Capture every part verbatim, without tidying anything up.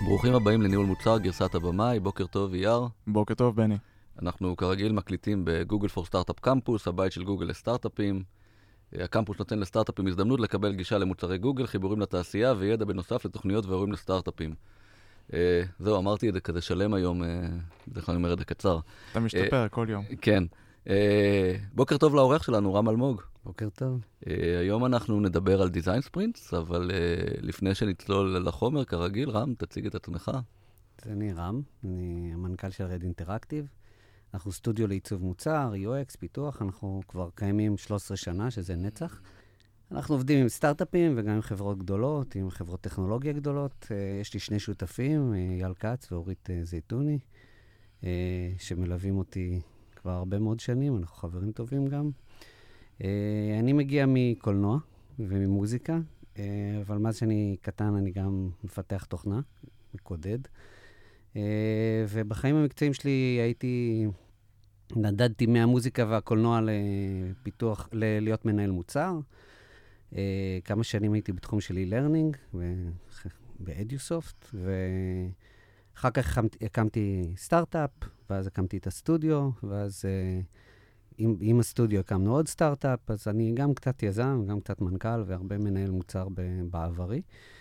ברוכים הבאים לניהול מוצר, גרסת הבמאי, בוקר טוב אייר. בוקר טוב בני. אנחנו כרגיל מקליטים בגוגל פור סטארט-אפ קמפוס, הבית של גוגל לסטארט-אפים. הקמפוס נותן לסטארט-אפים הזדמנות לקבל גישה למוצרי גוגל, חיבורים לתעשייה וידע בנוסף לתוכניות ואירועים לסטארט-אפים. זהו, אמרתי את זה כזה שלם היום, בדרך כלל אני אומר את זה קצר. אתה משתפר כל יום. כן. בוקר טוב לאורח שלנו, רם אלמוג. בוקר טוב. היום אנחנו נדבר על דיזיין ספרינטס, אבל לפני שנצלול לחומר, כרגיל, רם, תציג את עצמך. אני רם, אני המנכ"ל של רד אינטראקטיב. אנחנו סטודיו לעיצוב מוצר, יו אקס, פיתוח, אנחנו כבר קיימים שלוש עשרה שנה, שזה נצח. אנחנו עובדים עם סטארט-אפים וגם עם חברות גדולות, עם חברות טכנולוגיה גדולות. יש לי שני שותפים, אייל כץ ואורית זייתוני, שמלווים אותי כבר הרבה מאוד שנים, אנחנו חברים טובים גם. אני מגיע מקולנוע וממוזיקה, אבל מאז שאני קטן אני גם מפתח תוכנה, מקודד. ובחיים המקצועיים שלי הייתי, נדדתי מהמוזיקה והקולנוע לפיתוח, ל- להיות מנהל מוצר. כמה שנים הייתי בתחום של e-learning ב-Edusoft, ואחר כך הקמתי, הקמתי סטארט-אפ, ואז הקמתי את הסטודיו, ואז עם, עם הסטודיו הקמנו עוד סטארט-אפ, אז אני גם קצת יזם, גם קצת מנכ"ל, והרבה מנהל מוצר בעברי.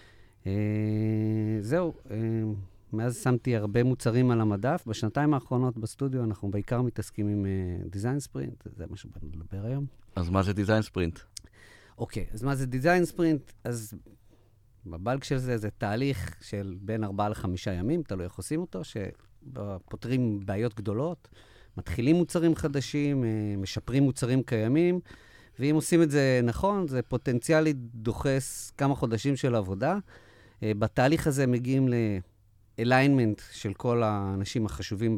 זהו, מאז שמתי הרבה מוצרים על המדף. בשנתיים האחרונות בסטודיו אנחנו בעיקר מתעסקים עם דיזיין ספרינט, זה מה שבאנו לדבר היום. אז מה זה דיזיין ספרינט? אוקיי, אז מה זה דיזיין ספרינט? אז בבלק של זה, זה תהליך של בין ארבעה לחמישה ימים, תלוי איך עושים אותו, שפותרים בעיות גדולות, מתחילים מוצרים חדשים, משפרים מוצרים קיימים, ואם עושים את זה נכון, זה פוטנציאלית דוחס כמה חודשים של עבודה. בתהליך הזה מגיעים ל-alignment של כל האנשים החשובים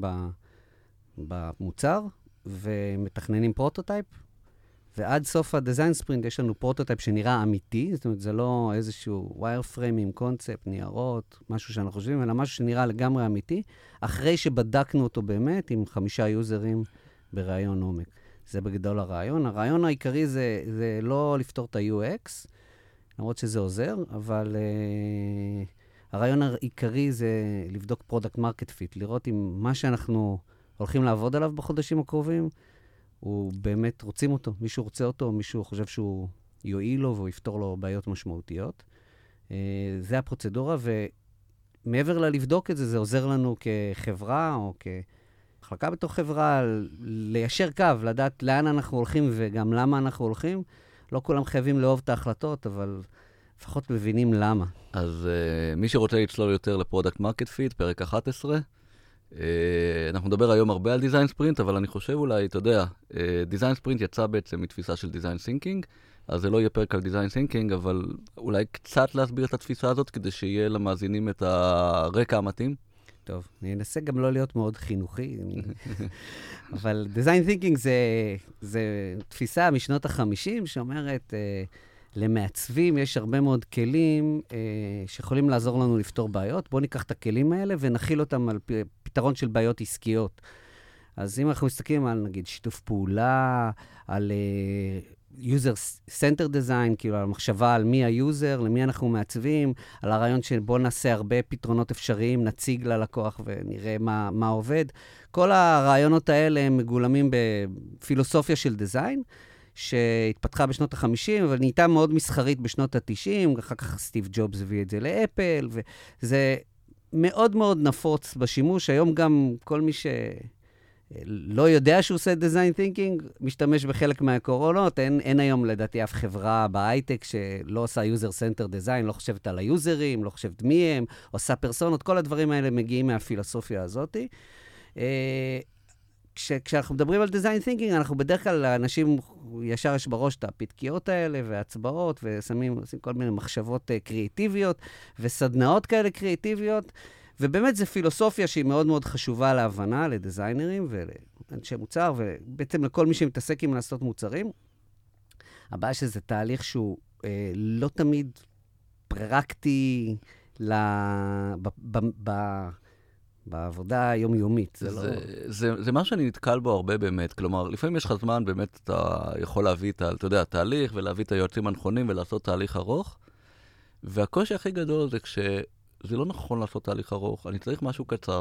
במוצר, ומתכננים פרוטוטייפ, ועד סוף הדיזיין ספרינט יש לנו פרוטוטייפ שנראה אמיתי, זאת אומרת, זה לא איזשהו ווייר פריימים, קונספט, ניירות, משהו שאנחנו חושבים, אלא משהו שנראה לגמרי אמיתי, אחרי שבדקנו אותו באמת עם חמישה יוזרים ברעיון עומק. זה בגדול הרעיון. הרעיון העיקרי זה, זה לא לפתור את ה-יו אקס, למרות שזה עוזר, אבל uh, הרעיון העיקרי זה לבדוק פרודקט מרקט פיט, לראות אם מה שאנחנו הולכים לעבוד עליו בחודשים הקרובים, הוא באמת רוצים אותו, מישהו רוצה אותו, מישהו חושב שהוא יועיל לו והוא יפתור לו בעיות משמעותיות. Uh, זה הפרוצדורה, ומעבר ללבדוק את זה, זה עוזר לנו כחברה או כמחלקה בתוך חברה, ליישר קו, לדעת לאן אנחנו הולכים וגם למה אנחנו הולכים. לא כולם חייבים לאהוב את ההחלטות, אבל לפחות מבינים למה. אז uh, מי שרוצה לצלול יותר לפרודקט מרקט פיט, פרק אחת עשרה, Uh, אנחנו נדבר היום הרבה על דיזיין ספרינט, אבל אני חושב אולי, אתה יודע, דיזיין uh, ספרינט יצא בעצם מתפיסה של דיזיין סינקינג, אז זה לא יהיה פרק על דיזיין סינקינג, אבל אולי קצת להסביר את התפיסה הזאת, כדי שיהיה למאזינים את הרקע המתאים. טוב, אני אנסה גם לא להיות מאוד חינוכי, אבל דיזיין סינקינג זה, זה תפיסה משנות החמישים, שאומרת, uh, למעצבים יש הרבה מאוד כלים אה, שיכולים לעזור לנו לפתור בעיות. בואו ניקח את הכלים האלה ונכיל אותם על פ- פתרון של בעיות עסקיות. אז אם אנחנו מסתכלים על, נגיד, שיתוף פעולה, על uh, user-centered design, כאילו על המחשבה על מי היוזר, למי אנחנו מעצבים, על הרעיון שבואו נעשה הרבה פתרונות אפשריים, נציג ללקוח ונראה מה, מה עובד. כל הרעיונות האלה הם מגולמים בפילוסופיה של דיזיין, שהתפתחה בשנות ה-חמישים, אבל נהייתה מאוד מסחרית בשנות ה-תשעים, אחר כך סטיב ג'ובס הביא את זה לאפל, וזה מאוד מאוד נפוץ בשימוש. היום גם כל מי שלא יודע שהוא עושה design thinking, משתמש בחלק מהעקרונות. אין, אין היום לדעתי אף חברה בהייטק שלא עושה user-centered design, לא חושבת על היוזרים, לא חושבת מי הם, עושה פרסונות, כל הדברים האלה מגיעים מהפילוסופיה הזאת. כש, כשאנחנו מדברים על design thinking, אנחנו בדרך כלל, אנשים ישר יש בראש את הפתקיות האלה והצבעות, ושמים, עושים כל מיני מחשבות uh, קריאטיביות, וסדנאות כאלה קריאטיביות, ובאמת זו פילוסופיה שהיא מאוד מאוד חשובה להבנה, לדיזיינרים ולאנשי מוצר, ובעצם לכל מי שמתעסק עם לעשות מוצרים. הבעיה שזה תהליך שהוא uh, לא תמיד פרקטי ל... ב... ב... ב... בעבודה היומיומית. זה, זה, לא... זה, זה מה שאני נתקל בו הרבה באמת. כלומר, לפעמים יש לך זמן, באמת אתה יכול להביא את, אתה יודע, תהליך, ולהביא את היועצים הנכונים, ולעשות תהליך ארוך. והקושי הכי גדול זה כש... זה לא נכון לעשות תהליך ארוך, אני צריך משהו קצר.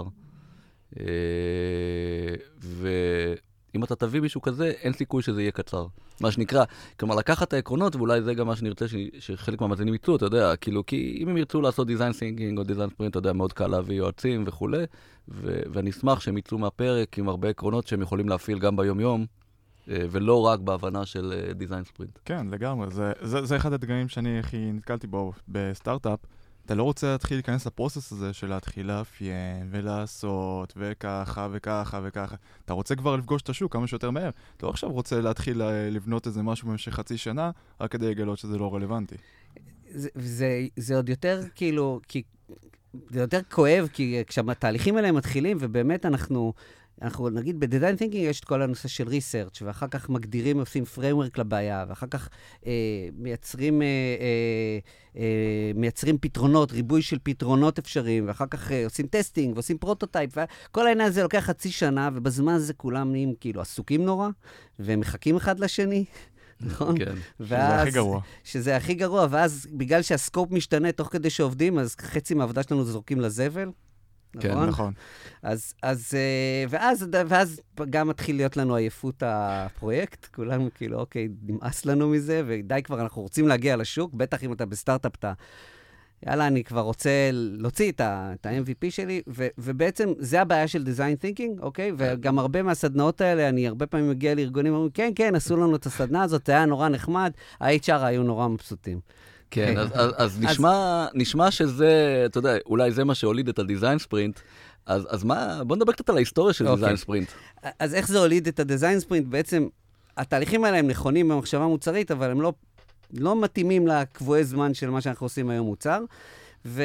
ואם אתה תביא מישהו כזה, אין סיכוי שזה יהיה קצר. מה שנקרא, כלומר, לקחת את העקרונות, ואולי זה גם מה שנרצה שחלק מהמאזינים יצאו, אתה יודע, כאילו, כי אם הם ירצו לעשות דיזיין סינקינג או דיזיין ספרינט, אתה יודע, מאוד קל להביא יועצים וכולי, ואני אשמח שהם יצאו מהפרק עם הרבה עקרונות שהם יכולים להפעיל גם ביום-יום, ולא רק בהבנה של דיזיין ספרינט. כן, לגמרי. זה, זה, זה אחד הדגמים שאני הכי נתקלתי בו בסטארט-אפ. אתה לא רוצה להתחיל להיכנס לפרוסס הזה של להתחיל לאפיין ולעשות וככה וככה וככה. אתה רוצה כבר לפגוש את השוק כמה שיותר מהר. אתה לא עכשיו רוצה להתחיל לבנות איזה משהו במשך חצי שנה, רק כדי לגלות שזה לא רלוונטי. זה, זה, זה עוד יותר כאילו, כי, זה יותר כואב, כי כשהתהליכים האלה מתחילים, ובאמת אנחנו... אנחנו נגיד בדיזיין תינקינג יש את כל הנושא של ריסרצ' ואחר כך מגדירים, עושים פריימוורק לבעיה, ואחר כך אה, מייצרים, אה, אה, אה, מייצרים פתרונות, ריבוי של פתרונות אפשריים, ואחר כך אה, עושים טסטינג ועושים פרוטוטייפ, וכל העניין הזה לוקח חצי שנה, ובזמן הזה כולם נהיים כאילו עסוקים נורא, ומחכים אחד לשני. נכון? כן. ואז, שזה הכי גרוע. שזה הכי גרוע, ואז בגלל שהסקופ משתנה תוך כדי שעובדים, אז חצי מהעבודה שלנו זורקים לזבל. כן, נכון? נכון. אז, אז, ואז, ואז גם מתחיל להיות לנו עייפות הפרויקט, כולנו כאילו, אוקיי, נמאס לנו מזה, ודי כבר, אנחנו רוצים להגיע לשוק, בטח אם אתה בסטארט-אפ, אתה, יאללה, אני כבר רוצה להוציא את ה-אם וי פי שלי, ו, ובעצם זה הבעיה של Design Thinking, אוקיי? וגם הרבה מהסדנאות האלה, אני הרבה פעמים מגיע לארגונים, אומרים, כן, כן, עשו לנו את הסדנה הזאת, זה היה נורא נחמד, ה-אייץ' אר היו נורא מבסוטים. כן, אז, אז, אז נשמע, נשמע שזה, אתה יודע, אולי זה מה שהוליד את הדיזיין ספרינט, אז, אז מה, בוא נדבר קצת על ההיסטוריה של אוקיי. דיזיין ספרינט. אז איך זה הוליד את הדיזיין ספרינט? בעצם, התהליכים האלה הם נכונים במחשבה מוצרית, אבל הם לא, לא מתאימים לקבועי זמן של מה שאנחנו עושים היום מוצר, וזה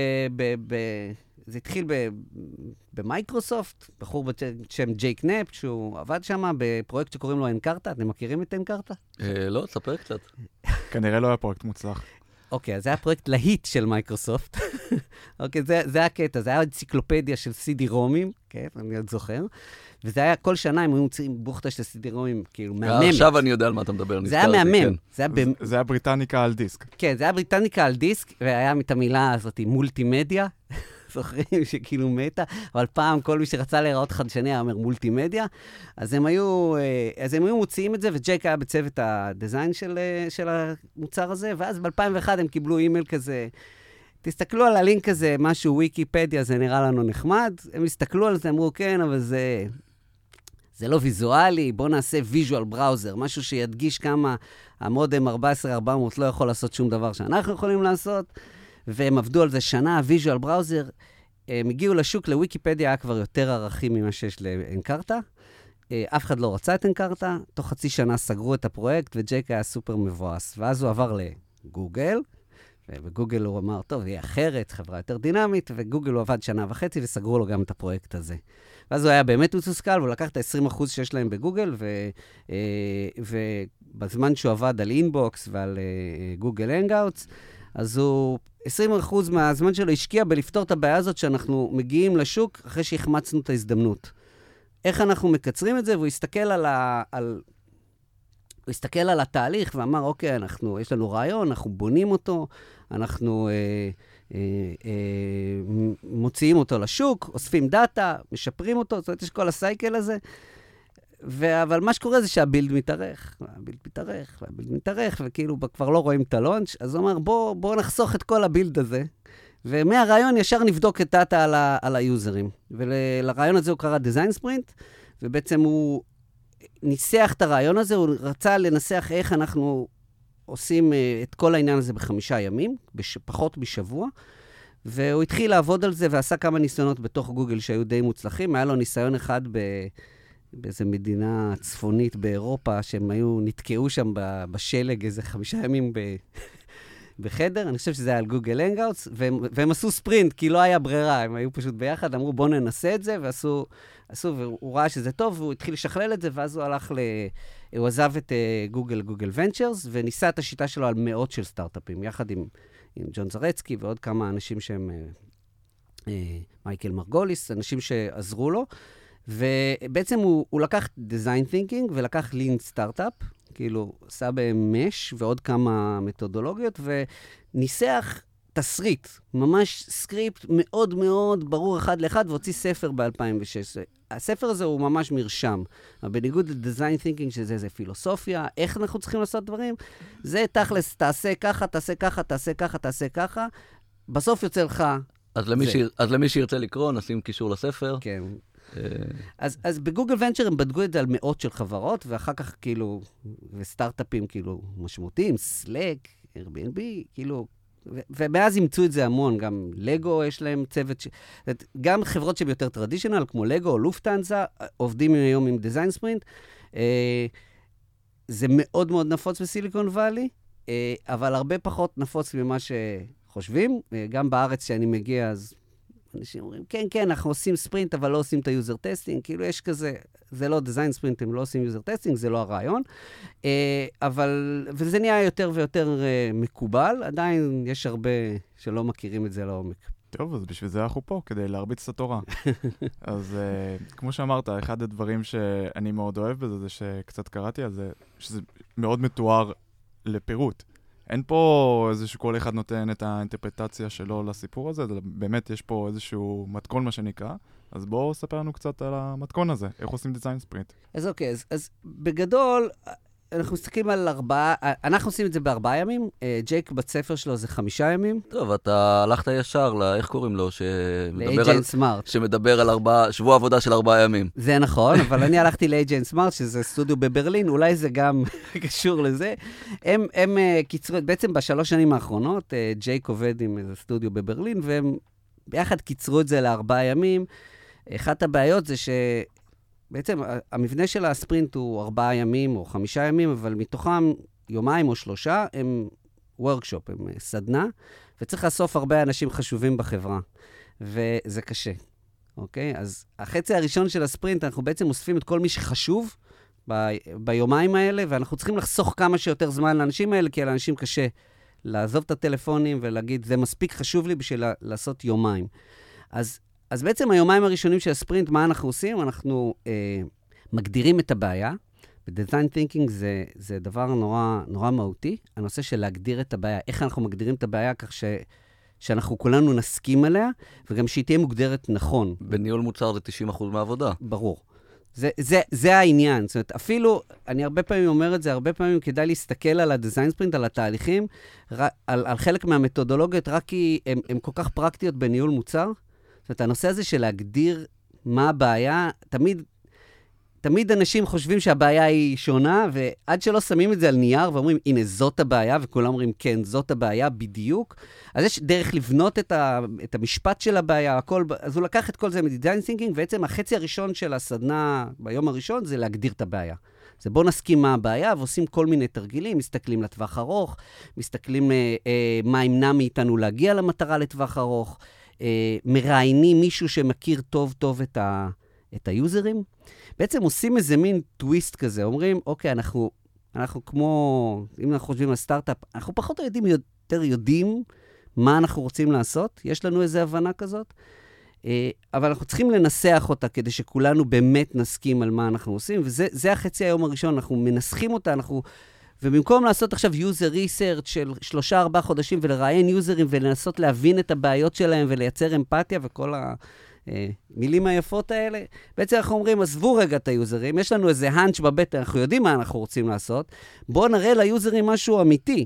התחיל במייקרוסופט, בחור בשם ג'ייק נפ, שהוא עבד שם בפרויקט שקוראים לו אנקרטה. אתם מכירים את אנקרטה? לא, תספר קצת. כנראה לא היה פרויקט מוצלח. אוקיי, אז זה היה פרויקט להיט של מייקרוסופט. אוקיי, זה, זה הקטע, זה היה אנציקלופדיה של סי די רומים, כן, אני עוד זוכר, וזה היה כל שנה, הם היו מוצאים בוכתה של סי די רומים, כאילו, מהממת. עכשיו אני יודע על מה אתה מדבר, זה היה מהמם. זה היה, זה, זה היה בריטניקה על דיסק. כן, זה היה בריטניקה על דיסק, והיה את המילה הזאת, מולטימדיה, זוכרים שכאילו מתה, אבל פעם כל מי שרצה להיראות חדשני היה אומר מולטימדיה, אז הם היו, אז הם היו מוציאים את זה, וג'ייק היה בצוות הדיזיין של, של המוצר הזה, ואז ב-אלפיים ואחת הם קיבלו אימייל כזה, תסתכלו על הלינק הזה, משהו וויקיפדיה, זה נראה לנו נחמד, הם הסתכלו על זה, אמרו, כן, אבל זה, זה לא ויזואלי, בואו נעשה ויז'ואל בראוזר, משהו שידגיש כמה המודם ארבע עשרה ארבע מאות לא יכול לעשות שום דבר שאנחנו יכולים לעשות, והם עבדו על זה שנה, ויז'ואל בראוזר, הם הגיעו לשוק, לוויקיפדיה היה כבר יותר ערכים ממה שיש לאנקרטה, אף אחד לא רצה את אנקרטה, תוך חצי שנה סגרו את הפרויקט, וג'ייק היה סופר מבואס, ואז הוא עבר לגוגל, ובגוגל הוא אמר, טוב, יהיה אחרת, חברה יותר דינמית, וגוגל הוא עבד שנה וחצי, וסגרו לו גם את הפרויקט הזה. ואז הוא היה באמת מתוסכל, והוא לקח את ה-עשרים אחוז שיש להם בגוגל, ו, ובזמן שהוא עבד על אינבוקס ועל גוגל הנגאוטס, אז הוא עשרים אחוז מהזמן שלו השקיע בלפתור את הבעיה הזאת שאנחנו מגיעים לשוק אחרי שהחמצנו את ההזדמנות. איך אנחנו מקצרים את זה? והוא הסתכל על, ה, על, הוא הסתכל על התהליך ואמר, אוקיי, אנחנו, יש לנו רעיון, אנחנו בונים אותו, אנחנו אה, אה, אה, מוציאים אותו לשוק, אוספים דאטה, משפרים אותו, זאת אומרת, יש כל הסייקל הזה. ו- אבל מה שקורה זה שהבילד מתארך, והבילד מתארך, והבילד מתארך, וכאילו כבר לא רואים את הלונץ', אז הוא אומר, בוא, בוא נחסוך את כל הבילד הזה, ומהרעיון ישר נבדוק את דאטה על, ה- על היוזרים. ולרעיון הזה הוא קרא דיזיין ספרינט, ובעצם הוא ניסח את הרעיון הזה, הוא רצה לנסח איך אנחנו עושים את כל העניין הזה בחמישה ימים, בש- פחות בשבוע, והוא התחיל לעבוד על זה, ועשה כמה ניסיונות בתוך גוגל שהיו די מוצלחים, היה לו ניסיון אחד ב... באיזו מדינה צפונית באירופה, שהם היו, נתקעו שם בשלג איזה חמישה ימים ב... בחדר, אני חושב שזה היה על גוגל הנגאוטס, והם, והם עשו ספרינט, כי לא היה ברירה, הם היו פשוט ביחד, אמרו בואו ננסה את זה, ועשו, עשו, והוא ראה שזה טוב, והוא התחיל לשכלל את זה, ואז הוא הלך ל... הוא עזב את גוגל, גוגל ונצ'רס, וניסה את השיטה שלו על מאות של סטארט-אפים, יחד עם, עם ג'ון זרצקי, ועוד כמה אנשים שהם, אה, מייקל מרגוליס, אנשים שעזרו לו, ובעצם הוא, הוא לקח design thinking ולקח lean startup, כאילו עשה בהם מש ועוד כמה מתודולוגיות, וניסח את תסריט, ממש סקריפט מאוד מאוד ברור אחד לאחד, והוציא ספר ב-אלפיים ושש עשרה. הספר הזה הוא ממש מרשם. בניגוד לדיזיין תינקינג, שזה זה פילוסופיה, איך אנחנו צריכים לעשות דברים, זה תכלס, תעשה ככה, תעשה ככה, תעשה ככה, תעשה ככה, בסוף יוצא לך... אז למי, ש... אז למי שירצה לקרוא, נשים קישור לספר. כן. אז, אז בגוגל ונצ'ר הם בדקו את זה על מאות של חברות, ואחר כך כאילו, וסטארט-אפים כאילו משמעותיים, סלק, Airbnb, כאילו, ו- ומאז אימצו את זה המון, גם לגו יש להם צוות, ש... גם חברות שהן יותר טרדישיונל, כמו לגו או לופטנזה, עובדים היום עם דיזיין ספרינט. זה מאוד מאוד נפוץ בסיליקון ואלי, אבל הרבה פחות נפוץ ממה שחושבים. גם בארץ שאני מגיע, אז אנשים אומרים, כן, כן, אנחנו עושים ספרינט, אבל לא עושים את היוזר טסטינג, כאילו יש כזה, זה לא דיזיין ספרינט, הם לא עושים יוזר טסטינג, זה לא הרעיון, אבל, וזה נהיה יותר ויותר מקובל, עדיין יש הרבה שלא מכירים את זה לעומק. טוב, אז בשביל זה אנחנו פה, כדי להרביץ את התורה. אז uh, כמו שאמרת, אחד הדברים שאני מאוד אוהב בזה, זה שקצת קראתי על זה, שזה מאוד מתואר לפירוט. אין פה איזשהו, כל אחד נותן את האינטרפרטציה שלו לסיפור הזה, באמת יש פה איזשהו מתכון מה שנקרא, אז בואו ספר לנו קצת על המתכון הזה, איך עושים דיזיין ספרינט. אז אוקיי, אז, אז בגדול, אנחנו מסתכלים על ארבעה, אנחנו עושים את זה בארבעה ימים, ג'ייק בספר שלו זה חמישה ימים. טוב, אתה הלכת ישר ל... איך קוראים לו? ל-Agent Smart. שמדבר על ארבעה, שבוע עבודה של ארבעה ימים. זה נכון, אבל אני הלכתי ל-Agent Smart, שזה סטודיו בברלין, אולי זה גם קשור לזה. הם, הם קיצרו, בעצם בשלוש שנים האחרונות, ג'ייק עובד עם איזה סטודיו בברלין, והם ביחד קיצרו את זה לארבעה ימים. אחת הבעיות זה ש... בעצם המבנה של הספרינט הוא ארבעה ימים או חמישה ימים, אבל מתוכם יומיים או שלושה הם וורקשופ, הם סדנה, וצריך לאסוף הרבה אנשים חשובים בחברה, וזה קשה, אוקיי? אז החצי הראשון של הספרינט, אנחנו בעצם אוספים את כל מי שחשוב ב- ביומיים האלה, ואנחנו צריכים לחסוך כמה שיותר זמן לאנשים האלה, כי לאנשים קשה לעזוב את הטלפונים ולהגיד, זה מספיק חשוב לי בשביל לעשות יומיים. אז אז בעצם היומיים הראשונים של הספרינט, מה אנחנו עושים? אנחנו אה, מגדירים את הבעיה. ב-Design Thinking זה, זה דבר נורא, נורא מהותי. הנושא של להגדיר את הבעיה, איך אנחנו מגדירים את הבעיה כך ש, שאנחנו כולנו נסכים עליה, וגם שהיא תהיה מוגדרת נכון. בניהול מוצר זה תשעים אחוז מהעבודה. ברור. זה, זה, זה העניין. זאת אומרת, אפילו, אני הרבה פעמים אומר את זה, הרבה פעמים כדאי להסתכל על ה-Design Sprint, על התהליכים, על, על חלק מהמתודולוגיות, רק כי הן, הן כל כך פרקטיות בניהול מוצר. זאת אומרת, הנושא הזה של להגדיר מה הבעיה, תמיד, תמיד אנשים חושבים שהבעיה היא שונה, ועד שלא שמים את זה על נייר ואומרים, הנה, זאת הבעיה, וכולם אומרים, כן, זאת הבעיה בדיוק, אז יש דרך לבנות את, ה, את המשפט של הבעיה, הכל, אז הוא לקח את כל זה מדיזיין תינקינג, ובעצם החצי הראשון של הסדנה ביום הראשון זה להגדיר את הבעיה. זה בוא נסכים מה הבעיה, ועושים כל מיני תרגילים, מסתכלים לטווח ארוך, מסתכלים אה, אה, מה ימנע מאיתנו להגיע למטרה לטווח ארוך, מראיינים מישהו שמכיר טוב טוב את, ה, את היוזרים. בעצם עושים איזה מין טוויסט כזה, אומרים, אוקיי, אנחנו, אנחנו כמו, אם אנחנו חושבים על סטארט-אפ, אנחנו פחות או יודעים, יותר יודעים מה אנחנו רוצים לעשות, יש לנו איזו הבנה כזאת, אבל אנחנו צריכים לנסח אותה כדי שכולנו באמת נסכים על מה אנחנו עושים, וזה זה החצי היום הראשון, אנחנו מנסחים אותה, אנחנו... ובמקום לעשות עכשיו user research של שלושה, ארבעה חודשים ולראיין יוזרים ולנסות להבין את הבעיות שלהם ולייצר אמפתיה וכל המילים היפות האלה, בעצם אנחנו אומרים, עזבו רגע את היוזרים, יש לנו איזה האנץ' בבטן, אנחנו יודעים מה אנחנו רוצים לעשות, בואו נראה ליוזרים משהו אמיתי.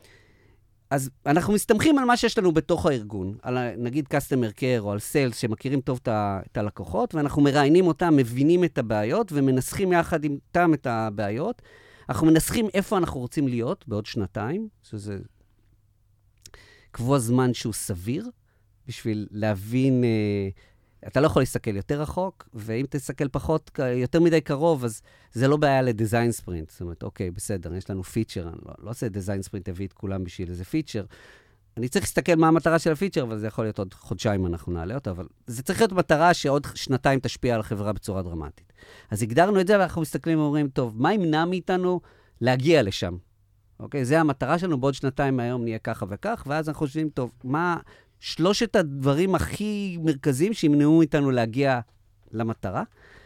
אז אנחנו מסתמכים על מה שיש לנו בתוך הארגון, על נגיד customer care או על sales שמכירים טוב את הלקוחות, ואנחנו מראיינים אותם, מבינים את הבעיות ומנסחים יחד איתם את הבעיות, אנחנו מנסחים איפה אנחנו רוצים להיות בעוד שנתיים, שזה קבוע זמן שהוא סביר, בשביל להבין, אה, אתה לא יכול להסתכל יותר רחוק, ואם תסתכל פחות, יותר מדי קרוב, אז זה לא בעיה לדיזיין ספרינט. זאת אומרת, אוקיי, בסדר, יש לנו פיצ'ר, אני לא, לא עושה דיזיין ספרינט, תביא את כולם בשביל איזה פיצ'ר. אני צריך להסתכל מה המטרה של הפיצ'ר, אבל זה יכול להיות עוד חודשיים אנחנו נעלה אותו, אבל זה צריך להיות מטרה שעוד שנתיים תשפיע על החברה בצורה דרמטית. אז הגדרנו את זה, ואנחנו מסתכלים ואומרים, טוב, מה ימנע מאיתנו להגיע לשם? אוקיי, זה המטרה שלנו, בעוד שנתיים מהיום נהיה ככה וכך, ואז אנחנו חושבים, טוב, מה שלושת הדברים הכי מרכזיים שימנעו איתנו להגיע למטרה?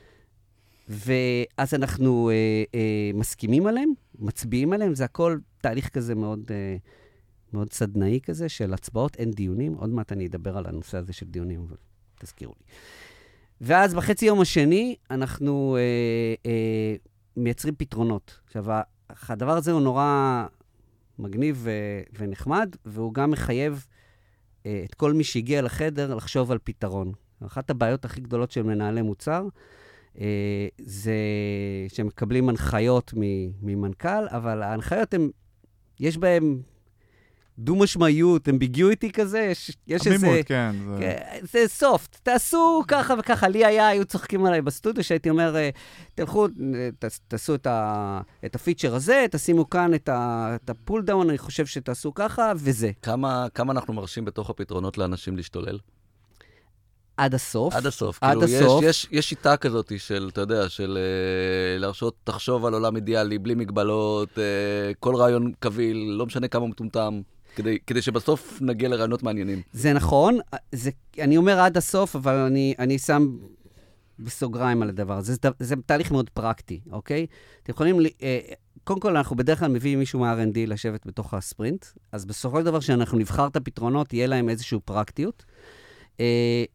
ואז אנחנו אה, אה, מסכימים עליהם, מצביעים עליהם, זה הכל תהליך כזה מאוד... אה, מאוד סדנאי כזה, של הצבעות, אין דיונים. עוד מעט אני אדבר על הנושא הזה של דיונים, אבל תזכירו לי. ואז בחצי יום השני, אנחנו אה, אה, מייצרים פתרונות. עכשיו, הדבר הזה הוא נורא מגניב ו- ונחמד, והוא גם מחייב אה, את כל מי שהגיע לחדר לחשוב על פתרון. אחת הבעיות הכי גדולות של מנהלי מוצר, אה, זה שמקבלים הנחיות ממנכ"ל, אבל ההנחיות הן, יש בהן דו-משמעיות, אמביגיוטי כזה, יש, יש איזה... עמימות, כן. זה... זה סופט, תעשו ככה וככה. לי היה, היו צוחקים עליי בסטודיו, שהייתי אומר, תלכו, ת, תעשו את, ה, את הפיצ'ר הזה, תשימו כאן את, ה, את הפול דאון, אני חושב שתעשו ככה, וזה. כמה, כמה אנחנו מרשים בתוך הפתרונות לאנשים להשתולל? עד הסוף. עד הסוף. עד כאילו, הסוף. יש, יש, יש שיטה כזאת של, אתה יודע, של uh, להרשות, תחשוב על עולם אידיאלי, בלי מגבלות, uh, כל רעיון קביל, לא משנה כמה מטומטם. כדי, כדי שבסוף נגיע לרעיונות מעניינים. זה נכון, זה, אני אומר עד הסוף, אבל אני, אני שם בסוגריים על הדבר הזה. זה, זה תהליך מאוד פרקטי, אוקיי? אתם יכולים, אה, קודם כל, אנחנו בדרך כלל מביאים מישהו מה-אר אנד די לשבת בתוך הספרינט, אז בסופו של דבר שאנחנו נבחר את הפתרונות, יהיה להם איזושהי פרקטיות. אה,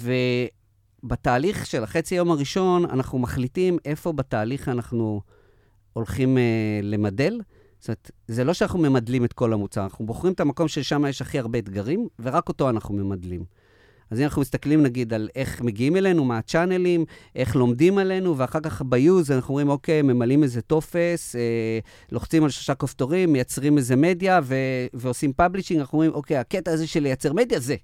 ובתהליך של החצי יום הראשון, אנחנו מחליטים איפה בתהליך אנחנו הולכים אה, למדל, זאת אומרת, זה לא שאנחנו ממדלים את כל המוצר, אנחנו בוחרים את המקום ששם יש הכי הרבה אתגרים, ורק אותו אנחנו ממדלים. אז אם אנחנו מסתכלים, נגיד, על איך מגיעים אלינו, מה הצ'אנלים, איך לומדים עלינו, ואחר כך ביוז, אנחנו אומרים, אוקיי, ממלאים איזה טופס, אה, לוחצים על שלושה כפתורים, מייצרים איזה מדיה, ו- ועושים פאבלישינג, אנחנו אומרים, אוקיי, הקטע הזה של לייצר מדיה, זה.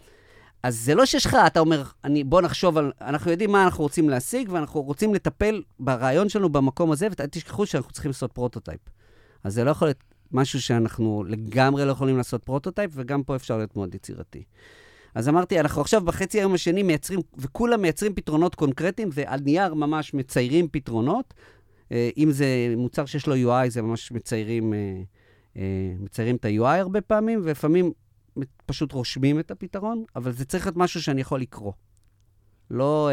אז זה לא שיש לך, אתה אומר, אני, בוא נחשוב על, אנחנו יודעים מה אנחנו רוצים להשיג, ואנחנו רוצים לטפל ברעיון שלנו במקום הזה, ותשכחו שאנחנו צריכים לעשות פרוטוטייפ. אז זה לא יכול להיות משהו שאנחנו לגמרי לא יכולים לעשות פרוטוטייפ, וגם פה אפשר להיות מאוד יצירתי. אז אמרתי, אנחנו עכשיו בחצי היום השני מייצרים, וכולם מייצרים פתרונות קונקרטיים, ועל נייר ממש מציירים פתרונות. אם זה מוצר שיש לו יו איי, זה ממש מציירים, מציירים את ה-יו איי הרבה פעמים, ולפעמים פשוט רושמים את הפתרון, אבל זה צריך להיות משהו שאני יכול לקרוא. לא...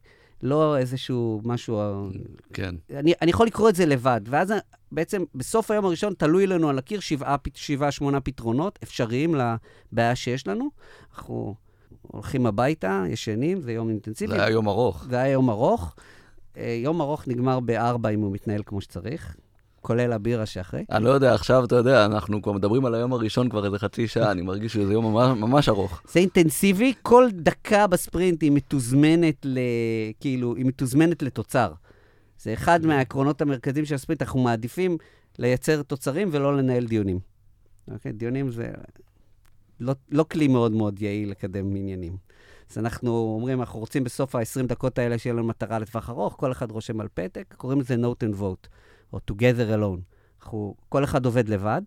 לא איזשהו משהו... כן. אני, אני יכול לקרוא את זה לבד, ואז בעצם בסוף היום הראשון תלוי לנו על הקיר שבעה, שבעה, שמונה פתרונות אפשריים לבעיה שיש לנו. אנחנו הולכים הביתה, ישנים, זה יום אינטנסיבי. זה היה יום ארוך. זה היה יום ארוך. יום ארוך נגמר בארבע אם הוא מתנהל כמו שצריך. כולל הבירה שאחרי. אני לא יודע, עכשיו אתה יודע, אנחנו כבר מדברים על היום הראשון כבר איזה חצי שעה, אני מרגיש שזה יום ממש, ממש ארוך. זה אינטנסיבי, כל דקה בספרינט היא מתוזמנת, ל... כאילו, היא מתוזמנת לתוצר. זה אחד מהעקרונות המרכזיים של הספרינט, אנחנו מעדיפים לייצר תוצרים ולא לנהל דיונים. אוקיי? דיונים זה לא, לא כלי מאוד מאוד יעיל לקדם עניינים. אז אנחנו אומרים, אנחנו רוצים בסוף ה-עשרים דקות האלה שיהיה לנו מטרה לטווח ארוך, כל אחד רושם על פתק, קוראים לזה note and vote. או together alone. אנחנו, כל אחד עובד לבד,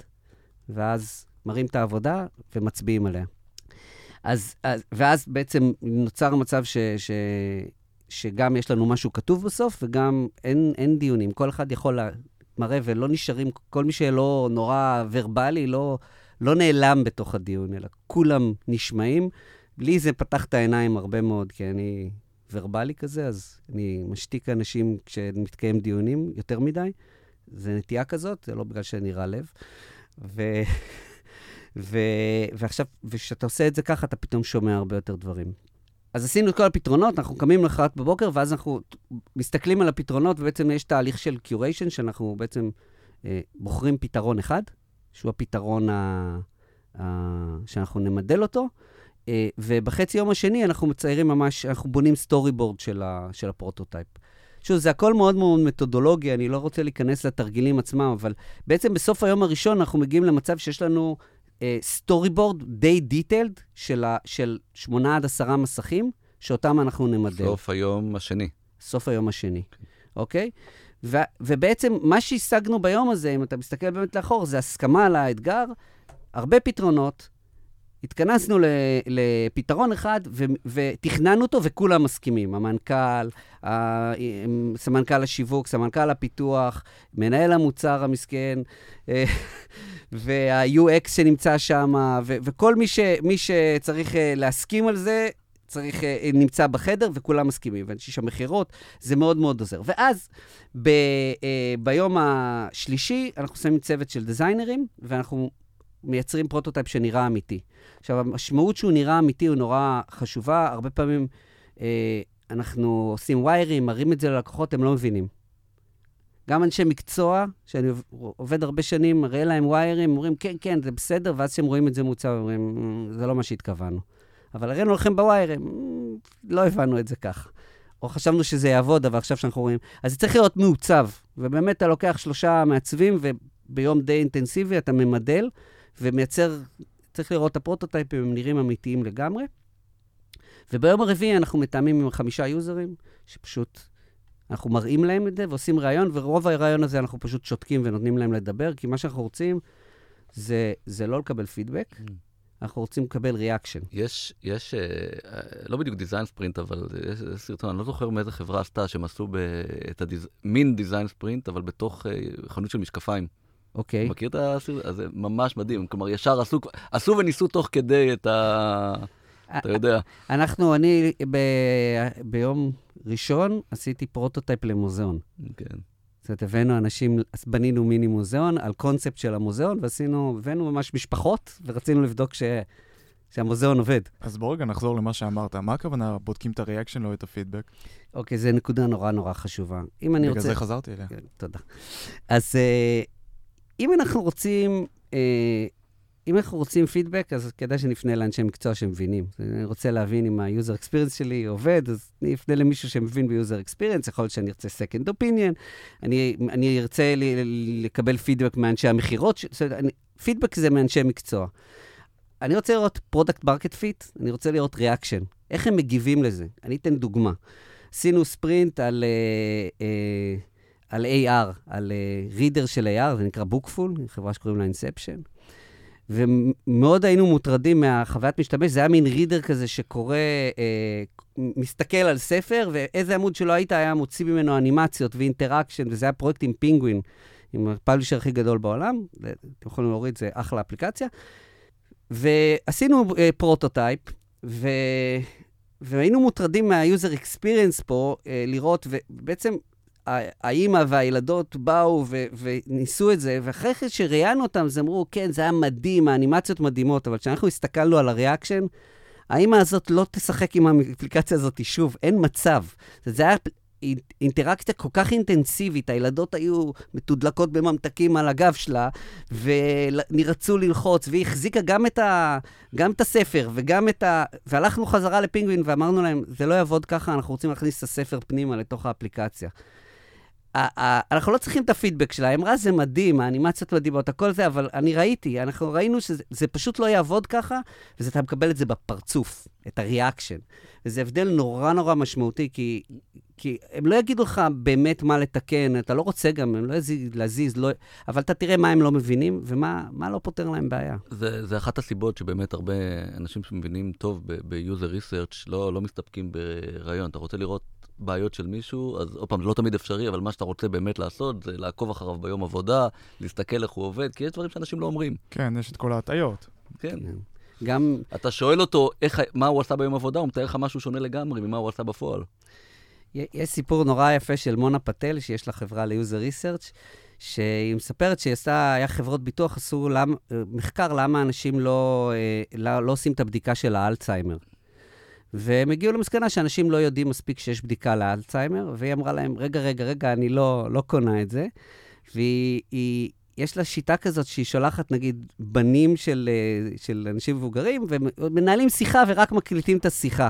ואז מראים את העבודה ומצביעים עליה. אז, אז, ואז בעצם נוצר מצב ש, ש, שגם יש לנו משהו כתוב בסוף, וגם אין, אין דיונים. כל אחד יכול מראה ולא נשארים, כל מי שלא נורא ורבלי, לא, לא נעלם בתוך הדיון, אלא כולם נשמעים. לי זה פתח את העיניים הרבה מאוד, כי אני ורבלי כזה, אז אני משתיק אנשים כשמתקיים דיונים יותר מדי. זה נטייה כזאת, זה לא בגלל שנראה לב. ו... ו... ועכשיו, וכשאתה עושה את זה ככה, אתה פתאום שומע הרבה יותר דברים. אז עשינו את כל הפתרונות, אנחנו קמים לחרת בבוקר, ואז אנחנו מסתכלים על הפתרונות, ובעצם יש תהליך של קיוריישן, שאנחנו בעצם אה, בוחרים פתרון אחד, שהוא הפתרון ה... ה... שאנחנו נמדל אותו, אה, ובחצי יום השני אנחנו מציירים ממש, אנחנו בונים סטורי בורד של, ה... של הפרוטוטייפ. שוב, זה הכל מאוד מאוד מתודולוגי, אני לא רוצה להיכנס לתרגילים עצמם, אבל בעצם בסוף היום הראשון אנחנו מגיעים למצב שיש לנו סטורי בורד די דיטיילד של, של שמונה עד עשרה מסכים, שאותם אנחנו נמדל. סוף היום השני. סוף היום השני, אוקיי? Okay. ו- ובעצם מה שהשגנו ביום הזה, אם אתה מסתכל באמת לאחור, זה הסכמה על האתגר, הרבה פתרונות, התכנסנו לפתרון אחד ו- ותכננו אותו וכולם מסכימים. המנכ"ל, סמנכ"ל השיווק, סמנכ"ל הפיתוח, מנהל המוצר המסכן, וה-יו אקס שנמצא שם, ו- וכל מי, ש- מי שצריך להסכים על זה, צריך, נמצא בחדר וכולם מסכימים. ואני חושב שהמחירות זה מאוד מאוד עוזר. ואז ב- ביום השלישי אנחנו שמים צוות של דיזיינרים, ואנחנו מייצרים פרוטוטייפ שנראה אמיתי. עכשיו, המשמעות שהוא נראה אמיתי הוא נורא חשובה. הרבה פעמים אה, אנחנו עושים ויירים, מראים את זה ללקוחות, הם לא מבינים. גם אנשי מקצוע, שאני עובד הרבה שנים, מראה להם ויירים, אומרים, כן, כן, זה בסדר, ואז שהם רואים את זה מוצא, אומרים, זה לא מה שהתכוונו. אבל הראינו לכם בוויירים, לא הבנו את זה כך. או חשבנו שזה יעבוד, אבל עכשיו שאנחנו רואים. אז זה צריך להיות מעוצב, ובאמת אתה לוקח שלושה מעצבים, וביום די אינטנסיבי אתה ממדל, ומייצר, צריך לראות את הפרוטוטייפים, הם נראים אמיתיים לגמרי. וביום הרביעי אנחנו מתאמים עם חמישה יוזרים, שפשוט אנחנו מראים להם את זה, ועושים רעיון, ורוב הרעיון הזה אנחנו פשוט שותקים ונותנים להם לדבר, כי מה שאנחנו רוצים זה, זה לא לקבל פידבק, mm. אנחנו רוצים לקבל ריאקשן. יש, יש, לא בדיוק דיזיין ספרינט, אבל יש סרטון, אני לא זוכר מאיזה חברה עשתה, שהם עשו את המין דיזיין ספרינט, אבל בתוך חנות של משקפיים. אוקיי. מכיר את הסרטון? אז זה ממש מדהים. כלומר, ישר עשו, עשו וניסו תוך כדי את ה... אתה יודע. אנחנו, אני ב, ביום ראשון עשיתי פרוטוטייפ למוזיאון. כן. זאת אומרת, הבאנו אנשים, בנינו מיני מוזיאון על קונספט של המוזיאון, ועשינו, הבאנו ממש משפחות, ורצינו לבדוק ש, שהמוזיאון עובד. אז בוא רגע נחזור למה שאמרת. מה הכוונה? בודקים את הריאקשן, לא את הפידבק? אוקיי, זו נקודה נורא נורא חשובה. אם אני בגלל רוצה... זה חזרתי אליה. כן, תודה. אז אם אנחנו רוצים... אם אנחנו רוצים פידבק, אז כדאי שנפנה לאנשי מקצוע שמבינים. אני רוצה להבין אם ה-user experience שלי עובד, אז אני אפנה למישהו שמבין ב-user experience, יכול להיות שאני ארצה second opinion, אני, אני ארצה ל- לקבל פידבק מאנשי המחירות, ש... פידבק זה מאנשי מקצוע. אני רוצה לראות product market fit, אני רוצה לראות reaction. איך הם מגיבים לזה? אני אתן דוגמה. עשינו ספרינט על... Uh, uh, על איי אר, על uh, reader של איי אר, זה נקרא Bookful, חברה שקוראים לה Inception. ומאוד היינו מוטרדים מהחוויית משתמש, זה היה מין רידר כזה שקורא, אה, מסתכל על ספר, ואיזה עמוד שלא היית היה מוציא ממנו אנימציות ואינטראקשן, וזה היה פרויקט עם פינגווין, עם הפאבלישר הכי גדול בעולם, אתם יכולים להוריד, זה אחלה אפליקציה. ועשינו אה, פרוטוטייפ, ו... והיינו מוטרדים מה-user experience פה, אה, לראות, ובעצם... האמא והילדות באו ו- וניסו את זה, ואחרי שראיינו אותם, אז אמרו, כן, זה היה מדהים, האנימציות מדהימות, אבל כשאנחנו הסתכלנו על הריאקשן, האמא הזאת לא תשחק עם האפליקציה הזאת שוב, אין מצב. זה היה אינטראקציה כל כך אינטנסיבית, הילדות היו מתודלקות בממתקים על הגב שלה, ונרצו ללחוץ, והיא החזיקה גם את, ה, גם את הספר, וגם את ה... והלכנו חזרה לפינגווין, ואמרנו להם, זה לא יעבוד ככה, אנחנו רוצים להכניס את הספר פנימה לתוך האפליקציה. אנחנו לא צריכים את הפידבק שלה, אמרה, זה מדהים, האנימציות מדהימות, הכל זה, אבל אני ראיתי, אנחנו ראינו שזה פשוט לא יעבוד ככה, וזה אתה מקבל את זה בפרצוף, את הריאקשן. וזה הבדל נורא נורא משמעותי, כי, כי הם לא יגידו לך באמת מה לתקן, אתה לא רוצה גם, הם לא יזיז, להזיז, לא, אבל אתה תראה מה הם לא מבינים, ומה מה לא פותר להם בעיה. זה, זה אחת הסיבות שבאמת הרבה אנשים שמבינים טוב ב-user research, לא, לא מסתפקים ברעיון, אתה רוצה לראות בעיות של מישהו, אז עוד פעם, זה לא תמיד אפשרי, אבל מה שאתה רוצה באמת לעשות, זה לעקוב אחריו ביום עבודה, להסתכל איך הוא עובד, כי יש דברים שאנשים לא אומרים. כן, יש את כל ההטעיות. כן. גם... אתה שואל אותו איך, מה הוא עשה ביום עבודה, הוא מתאר לך משהו שונה לגמרי ממה הוא עשה בפועל. יש סיפור נורא יפה של מונה פטל, שיש לה חברה ל-user research, שהיא מספרת שהיה חברות ביטוח, עשו למ... מחקר למה אנשים לא, לא, לא עושים את הבדיקה של האלצהיימר. והם הגיעו למסקנה שאנשים לא יודעים מספיק שיש בדיקה לאלצהיימר, והיא אמרה להם, רגע, רגע, רגע, אני לא, לא קונה את זה. והיא, היא, יש לה שיטה כזאת שהיא שולחת, נגיד, בנים של, של אנשים מבוגרים, ומנהלים שיחה ורק מקליטים את השיחה.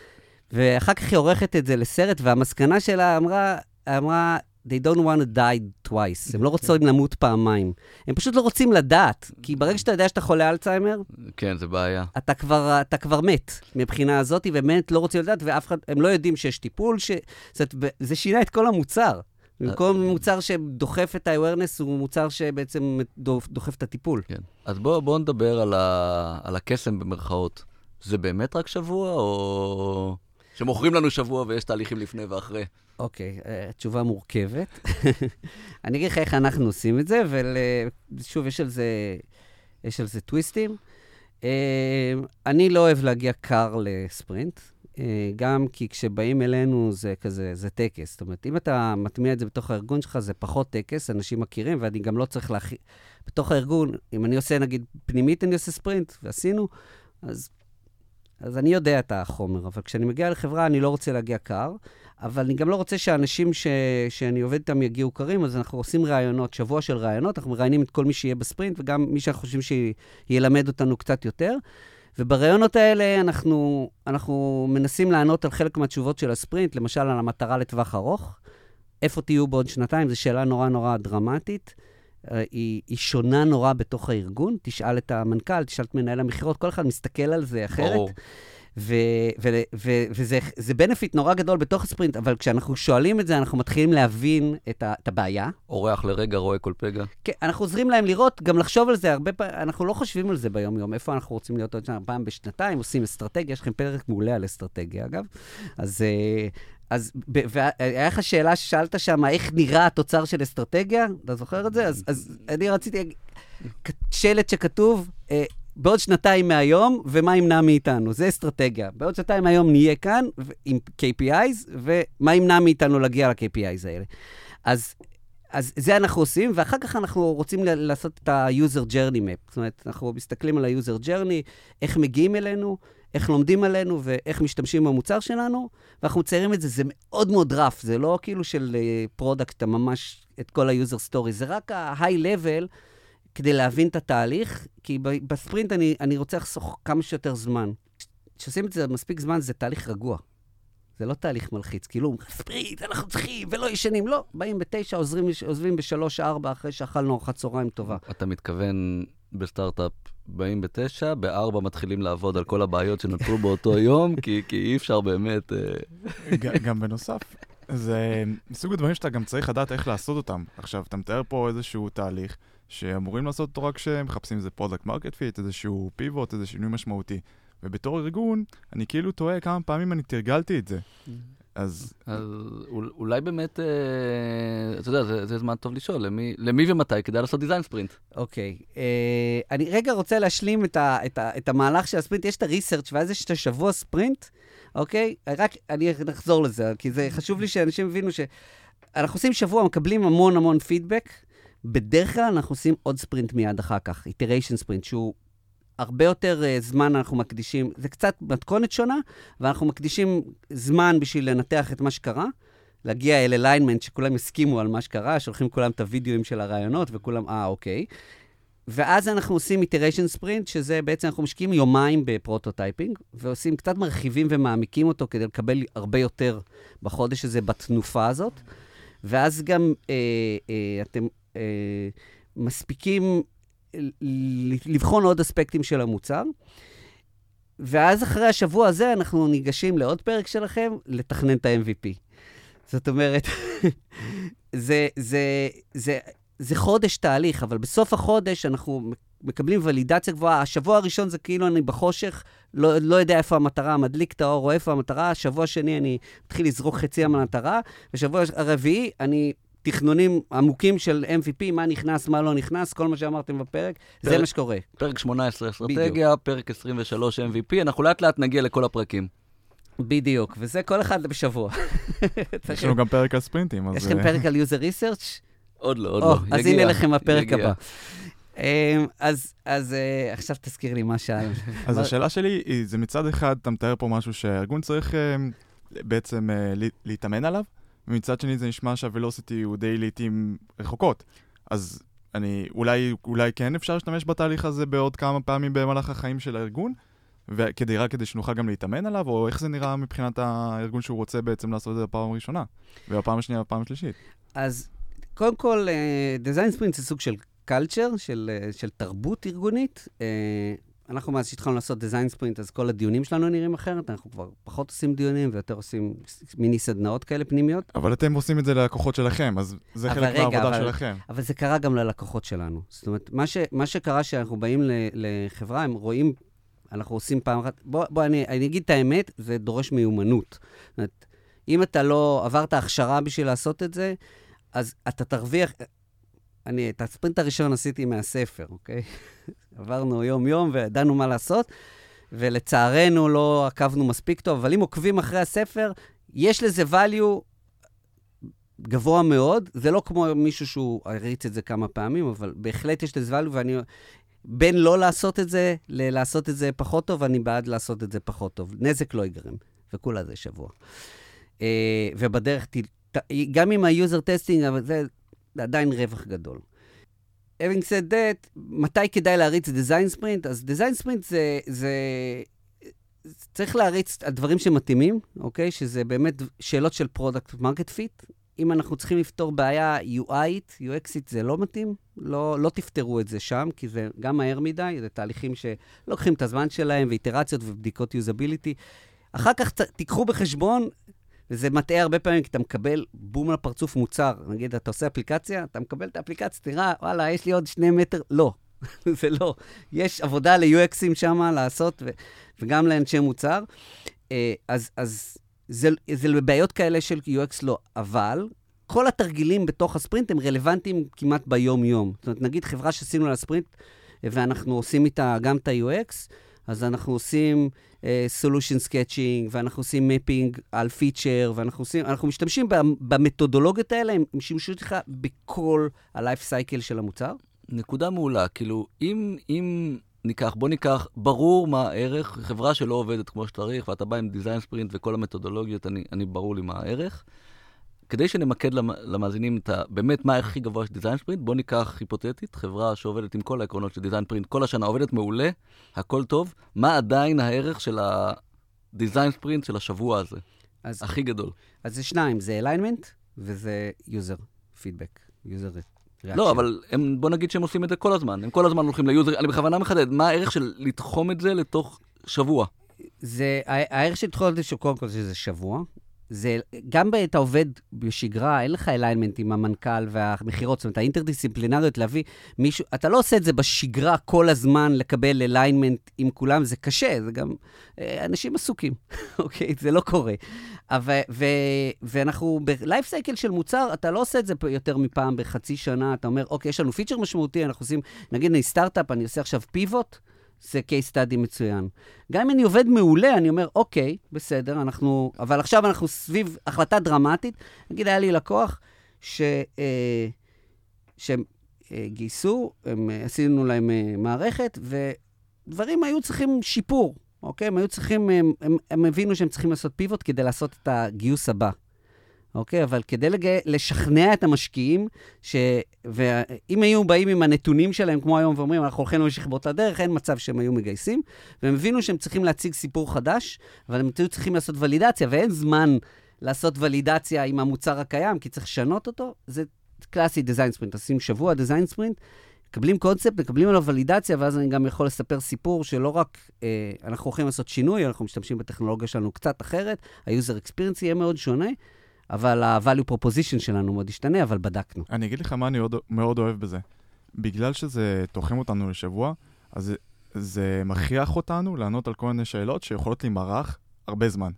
ואחר כך היא עורכת את זה לסרט, והמסקנה שלה אמרה, אמרה, they don't want to die twice. הם לא רוצים למות פעמיים. הם פשוט לא רוצים לדעת, כי ברגע שאתה יודע שאתה חולה אלצהיימר, כן, זה בעיה. אתה כבר, אתה כבר מת מבחינה הזאת, ובאמת לא רוצים לדעת, ואף אחד, הם לא יודעים שיש טיפול, ש... זאת, זה שינה את כל המוצר. במקום מוצר שדוחף את ה-awareness, הוא מוצר שבעצם דוחף את הטיפול. כן. אז בואו בוא נדבר על, ה... על הקסם במרכאות. זה באמת רק שבוע, או שמוכרים לנו שבוע ויש תהליכים לפני ואחרי? אוקיי, התשובה מורכבת. אני אגיד לך איך אנחנו עושים את זה, ושוב, יש על זה, יש על זה טוויסטים. אני לא אוהב להגיע קר לספרינט. גם כי כשבאים אלינו זה כזה, זה טקס. זאת אומרת, אם אתה מטמיע את זה בתוך הארגון שלך, זה פחות טקס, אנשים מכירים, ואני גם לא צריך להכי... בתוך הארגון, אם אני עושה, נגיד, פנימית, אני עושה ספרינט, ועשינו, אז, אז אני יודע את החומר. אבל כשאני מגיע לחברה, אני לא רוצה להגיע קר, אבל אני גם לא רוצה שאנשים ש... שאני עובד איתם יגיעו קרים, אז אנחנו עושים רעיונות, שבוע של רעיונות, אנחנו מראיינים את כל מי שיהיה בספרינט, וגם מי שאנחנו חושבים שילמד אותנו קצת יותר. וברעיונות האלה אנחנו, אנחנו מנסים לענות על חלק מהתשובות של הספרינט, למשל על המטרה לטווח ארוך. איפה תהיו בעוד שנתיים? זו שאלה נורא נורא דרמטית. היא, היא שונה נורא בתוך הארגון. תשאל את המנכ"ל, תשאל את מנהל המחירות, כל אחד מסתכל על זה אחרת. ברור. ו- ו- ו- וזה זה בנפיט נורא גדול בתוך הספרינט, אבל כשאנחנו שואלים את זה, אנחנו מתחילים להבין את, ה- את הבעיה. אורח לרגע, רואה כל פגע. כן, אנחנו עוזרים להם לראות, גם לחשוב על זה, הרבה פעמים, אנחנו לא חושבים על זה ביום-יום, איפה אנחנו רוצים להיות עוד שנה, פעם בשנתיים, עושים אסטרטגיה, יש לכם פרק מעולה על אסטרטגיה, אגב. אז, אז והיה לך שאלה ששאלת שם, איך נראה התוצר של אסטרטגיה? אתה זוכר את זה? אז, אז אני רציתי, שלט שכתוב, בעוד שנתיים מהיום, ומה ימנע מאיתנו? זה אסטרטגיה. בעוד שנתיים מהיום נהיה כאן עם קיי פי איז, ומה ימנע מאיתנו להגיע ל-קיי פי איז האלה. אז, אז זה אנחנו עושים, ואחר כך אנחנו רוצים לעשות את ה-user journey map. זאת אומרת, אנחנו מסתכלים על ה-user journey, איך מגיעים אלינו, איך לומדים עלינו, ואיך משתמשים במוצר שלנו, ואנחנו מציירים את זה, זה מאוד מאוד רף, זה לא כאילו של פרודקט, ממש את כל ה-user story, זה רק ה-high level, כדי להבין את התהליך, כי בספרינט אני, אני רוצה לחסוך כמה שיותר זמן. כשעושים את זה מספיק זמן, זה תהליך רגוע. זה לא תהליך מלחיץ, כאילו, ספרינט, אנחנו צריכים, ולא ישנים, לא. באים בתשע, עוזרים, עוזבים בשלוש, ארבע, אחרי שאכלנו ארוחת צהריים טובה. אתה מתכוון בסטארט-אפ, באים בתשע, בארבע מתחילים לעבוד על כל הבעיות שנותרו באותו יום, כי, כי אי אפשר באמת... גם בנוסף. זה מסוג הדברים שאתה גם צריך לדעת איך לעשות אותם. עכשיו, אתה מתאר פה איזשהו תהליך, שאמורים לעשות אותו רק שמחפשים איזה פרודקט מרקט פיט, איזשהו פיבוט, איזה שינוי משמעותי. ובתור ארגון, אני כאילו טועה כמה פעמים אני תרגלתי את זה. אז... אז אולי באמת, אתה יודע, זה, זה זמן טוב לשאול, למי, למי ומתי כדאי לעשות דיזיין ספרינט? אוקיי. אני רגע רוצה להשלים את, ה, את, ה, את המהלך של הספרינט. יש את הריסרצ' ואז יש את השבוע ספרינט, אוקיי? רק אני נחזור לזה, כי זה חשוב לי שאנשים הבינו שאנחנו עושים שבוע, מקבלים המון המון פידבק, בדרך כלל אנחנו עושים עוד ספרינט מיד אחר כך, איטריישן ספרינט, שהוא הרבה יותר uh, זמן אנחנו מקדישים, זה קצת מתכונת שונה, ואנחנו מקדישים זמן בשביל לנתח את מה שקרה, להגיע אל אליינמנט שכולם הסכימו על מה שקרה, שולחים כולם את הוידאוים של הרעיונות, וכולם, אה, אוקיי. ואז אנחנו עושים איטריישן ספרינט, שזה בעצם אנחנו משקיעים יומיים בפרוטוטייפינג, ועושים קצת מרחיבים ומעמיקים אותו, כדי לקבל הרבה יותר בחודש הזה, בתנופה הזאת. ואז גם אה, אה, אתם... Uh, מספיקים לבחון עוד אספקטים של המוצר, ואז אחרי השבוע הזה אנחנו ניגשים לעוד פרק שלכם, לתכנן את ה-אם וי פי. זאת אומרת, זה, זה, זה, זה חודש תהליך, אבל בסוף החודש אנחנו מקבלים ולידציה גבוהה. השבוע הראשון זה כאילו אני בחושך, לא, לא יודע איפה המטרה, מדליק את האור או איפה המטרה. השבוע השני אני מתחיל לזרוק חצי המטרה, ושבוע הרביעי אני... תכנונים עמוקים של אם וי פי, מה נכנס, מה לא נכנס, כל מה שאמרתם בפרק, פרק, זה מה שקורה. פרק שמונה עשרה אסטרטגיה, פרק עשרים ושלוש אם וי פי, אנחנו לאט לאט נגיע לכל הפרקים. בדיוק, וזה כל אחד בשבוע. יש לנו גם פרק על ספרינטים. יש לכם פרק על user research? עוד לא, עוד לא. אז הנה לכם הפרק הבא. אז עכשיו תזכיר לי מה שאל. אז השאלה שלי, זה מצד אחד, אתה מתאר פה משהו שהארגון צריך בעצם להתאמן עליו, ומצד שני זה נשמע שהוולוסיטי הוא די לעתים רחוקות. אז אני, אולי, אולי כן אפשר להשתמש בתהליך הזה בעוד כמה פעמים במהלך החיים של הארגון, וכדי רק כדי שנוכל גם להתאמן עליו, או איך זה נראה מבחינת הארגון שהוא רוצה בעצם לעשות את זה בפעם הראשונה, ובפעם השנייה ובפעם השלישית. אז קודם כל, דיזיין ספרינט זה סוג של קלצ'ר, של, של תרבות ארגונית. אנחנו מאז שהתחלנו לעשות דיזיין ספרינט, אז כל הדיונים שלנו נראים אחרת, אנחנו כבר פחות עושים דיונים ויותר עושים מיני סדנאות כאלה פנימיות. אבל אתם עושים את זה ללקוחות שלכם, אז זה חלק רגע, מהעבודה אבל, שלכם. אבל זה קרה גם ללקוחות שלנו. זאת אומרת, מה, ש, מה שקרה שאנחנו באים לחברה, הם רואים, אנחנו עושים פעם אחת, בוא, בוא אני, אני אגיד את האמת, זה דורש מיומנות. זאת אומרת, אם אתה לא עברת הכשרה בשביל לעשות את זה, אז אתה תרוויח... אני, את הספרינט הראשון עשיתי מהספר, אוקיי? עברנו יום-יום וידענו מה לעשות, ולצערנו לא עקבנו מספיק טוב, אבל אם עוקבים אחרי הספר, יש לזה value גבוה מאוד, זה לא כמו מישהו שהוא הריץ את זה כמה פעמים, אבל בהחלט יש לזה value, ואני בין לא לעשות את זה, לעשות את זה פחות טוב, אני בעד לעשות את זה פחות טוב. נזק לא ייגרם, וכולה זה שבוע. ובדרך, גם עם ה-user testing, אבל זה עדיין רווח גדול. Having said that, מתי כדאי להריץ design sprint? אז design sprint זה, זה, צריך להריץ הדברים שמתאימים, אוקיי? שזה באמת שאלות של product market fit. אם אנחנו צריכים לפתור בעיה יו איית, יו אקסית, זה לא מתאים. לא, לא תפתרו את זה שם, כי זה גם מהר מדי, זה תהליכים שלוקחים את הזמן שלהם, ואיטרציות ובדיקות usability. אחר כך תיקחו בחשבון, וזה מטעה הרבה פעמים, כי אתה מקבל בום לפרצוף מוצר. נגיד, אתה עושה אפליקציה, אתה מקבל את האפליקציה, תראה, וואלה, יש לי עוד שני מטר. לא, זה לא. יש עבודה ל-יו אקסים שם לעשות, ו- וגם לאנשי מוצר. אז, אז זה, זה בעיות כאלה של יו אקס לא. אבל כל התרגילים בתוך הספרינט הם רלוונטיים כמעט ביום-יום. זאת אומרת, נגיד חברה שעשינו לה ספרינט, ואנחנו עושים איתה גם את ה-יו אקס, אז אנחנו עושים uh, solution sketching, ואנחנו עושים mapping על feature, ואנחנו עושים, אנחנו משתמשים במתודולוגיות האלה, הם משתמשים לך בכל ה-life cycle של המוצר. נקודה מעולה, כאילו, אם, אם ניקח, בוא ניקח, ברור מה הערך, חברה שלא עובדת כמו שצריך, ואתה בא עם design sprint וכל המתודולוגיות, אני, אני ברור לי מה הערך. כדי שנמקד למאזינים את באמת מה הכי גבוה של דיזיין ספרינט, בוא ניקח היפותטית, חברה שעובדת עם כל העקרונות של דיזיין ספרינט, כל השנה עובדת מעולה, הכל טוב, מה עדיין הערך של הדיזיין ספרינט של השבוע הזה? אז, הכי גדול. אז זה שניים, זה alignment וזה user feedback, user reaction. לא, אבל הם, בוא נגיד שהם עושים את זה כל הזמן, הם כל הזמן הולכים ליוזר, אני בכוונה מחדד, מה הערך של לתחום את זה לתוך שבוע? זה, הערך של לתחום את זה שקודם כל שזה שבוע, זה, גם אתה עובד בשגרה, אין לך אליינמנט עם המנכ"ל והמחירות, זאת אומרת, האינטרדיסציפלינריות להביא מישהו, אתה לא עושה את זה בשגרה כל הזמן לקבל אליינמנט עם כולם, זה קשה, זה גם, אנשים עסוקים, אוקיי? זה לא קורה. אבל, ו, ואנחנו, בלייף סייקל של מוצר, אתה לא עושה את זה יותר מפעם בחצי שנה, אתה אומר, אוקיי, יש לנו פיצ'ר משמעותי, אנחנו עושים, נגיד, אני סטארט-אפ, אני עושה עכשיו פיבוט, זה case study מצוין. גם אם אני עובד מעולה, אני אומר, אוקיי, בסדר, אנחנו, אבל עכשיו אנחנו סביב החלטה דרמטית. נגיד, היה לי לקוח ש, אה, שהם אה, גייסו, הם, עשינו להם אה, מערכת, ודברים היו צריכים שיפור, אוקיי? הם היו צריכים, הם, הם, הם הבינו שהם צריכים לעשות פיבוט כדי לעשות את הגיוס הבא. אוקיי, אבל כדי לג... לשכנע את המשקיעים, ש... ואם היו באים עם הנתונים שלהם, כמו היום, ואומרים, אנחנו הולכים להמשיך באותה דרך, אין מצב שהם היו מגייסים, והם הבינו שהם צריכים להציג סיפור חדש, אבל הם היו צריכים לעשות ולידציה, ואין זמן לעשות ולידציה עם המוצר הקיים, כי צריך לשנות אותו. זה קלאסי דיזיין ספרינט, עושים שבוע דיזיין ספרינט, מקבלים קונספט, מקבלים עליו ולידציה, ואז אני גם יכול לספר סיפור שלא רק אה, אנחנו הולכים לעשות שינוי, אנחנו משתמשים בטכנולוגיה שלנו קצת אחרת, ה-user experience יהיה מאוד שונה, אבל ה-value proposition שלנו מאוד השתנה, אבל בדקנו. אני אגיד לך מה אני עוד, מאוד אוהב בזה. בגלל שזה תוחם אותנו לשבוע, אז זה, זה מכריח אותנו לענות על כל מיני שאלות שיכולות להימרח הרבה זמן.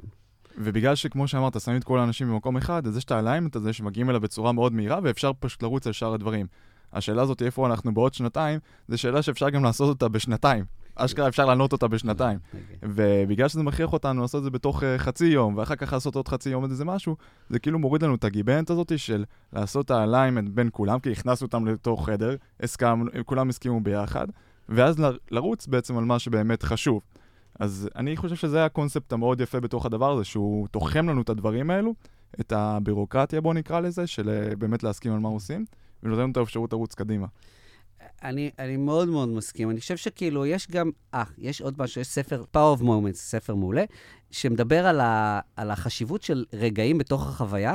ובגלל שכמו שאמרת, שמים את כל האנשים במקום אחד, אז יש את האליימנט הזה שמגיעים אליו בצורה מאוד מהירה, ואפשר פשוט לרוץ על שאר הדברים. השאלה הזאת, איפה אנחנו בעוד שנתיים, זו שאלה שאפשר גם לעשות אותה בשנתיים. אשכרה אפשר לענות אותה בשנתיים. ובגלל שזה מכריח אותנו לעשות את זה בתוך חצי יום, ואחר כך לעשות עוד חצי יום איזה משהו, זה כאילו מוריד לנו את הגיבנת הזאת של לעשות את האליימנט בין כולם, כי הכנסנו אותם לתוך חדר, הסכם, כולם הסכימו ביחד, ואז לרוץ בעצם על מה שבאמת חשוב. אז אני חושב שזה הקונספט המאוד יפה בתוך הדבר הזה, שהוא תוחם לנו את הדברים האלו, את הבירוקרטיה, בוא נקרא לזה, של באמת להסכים על מה עושים, ונותן לנו את האפשרות לרוץ קדימה. אני, אני מאוד מאוד מסכים. אני חושב שכאילו יש גם, אה, יש עוד משהו, יש ספר, Power of Moments, ספר מעולה, שמדבר על, ה, על החשיבות של רגעים בתוך החוויה,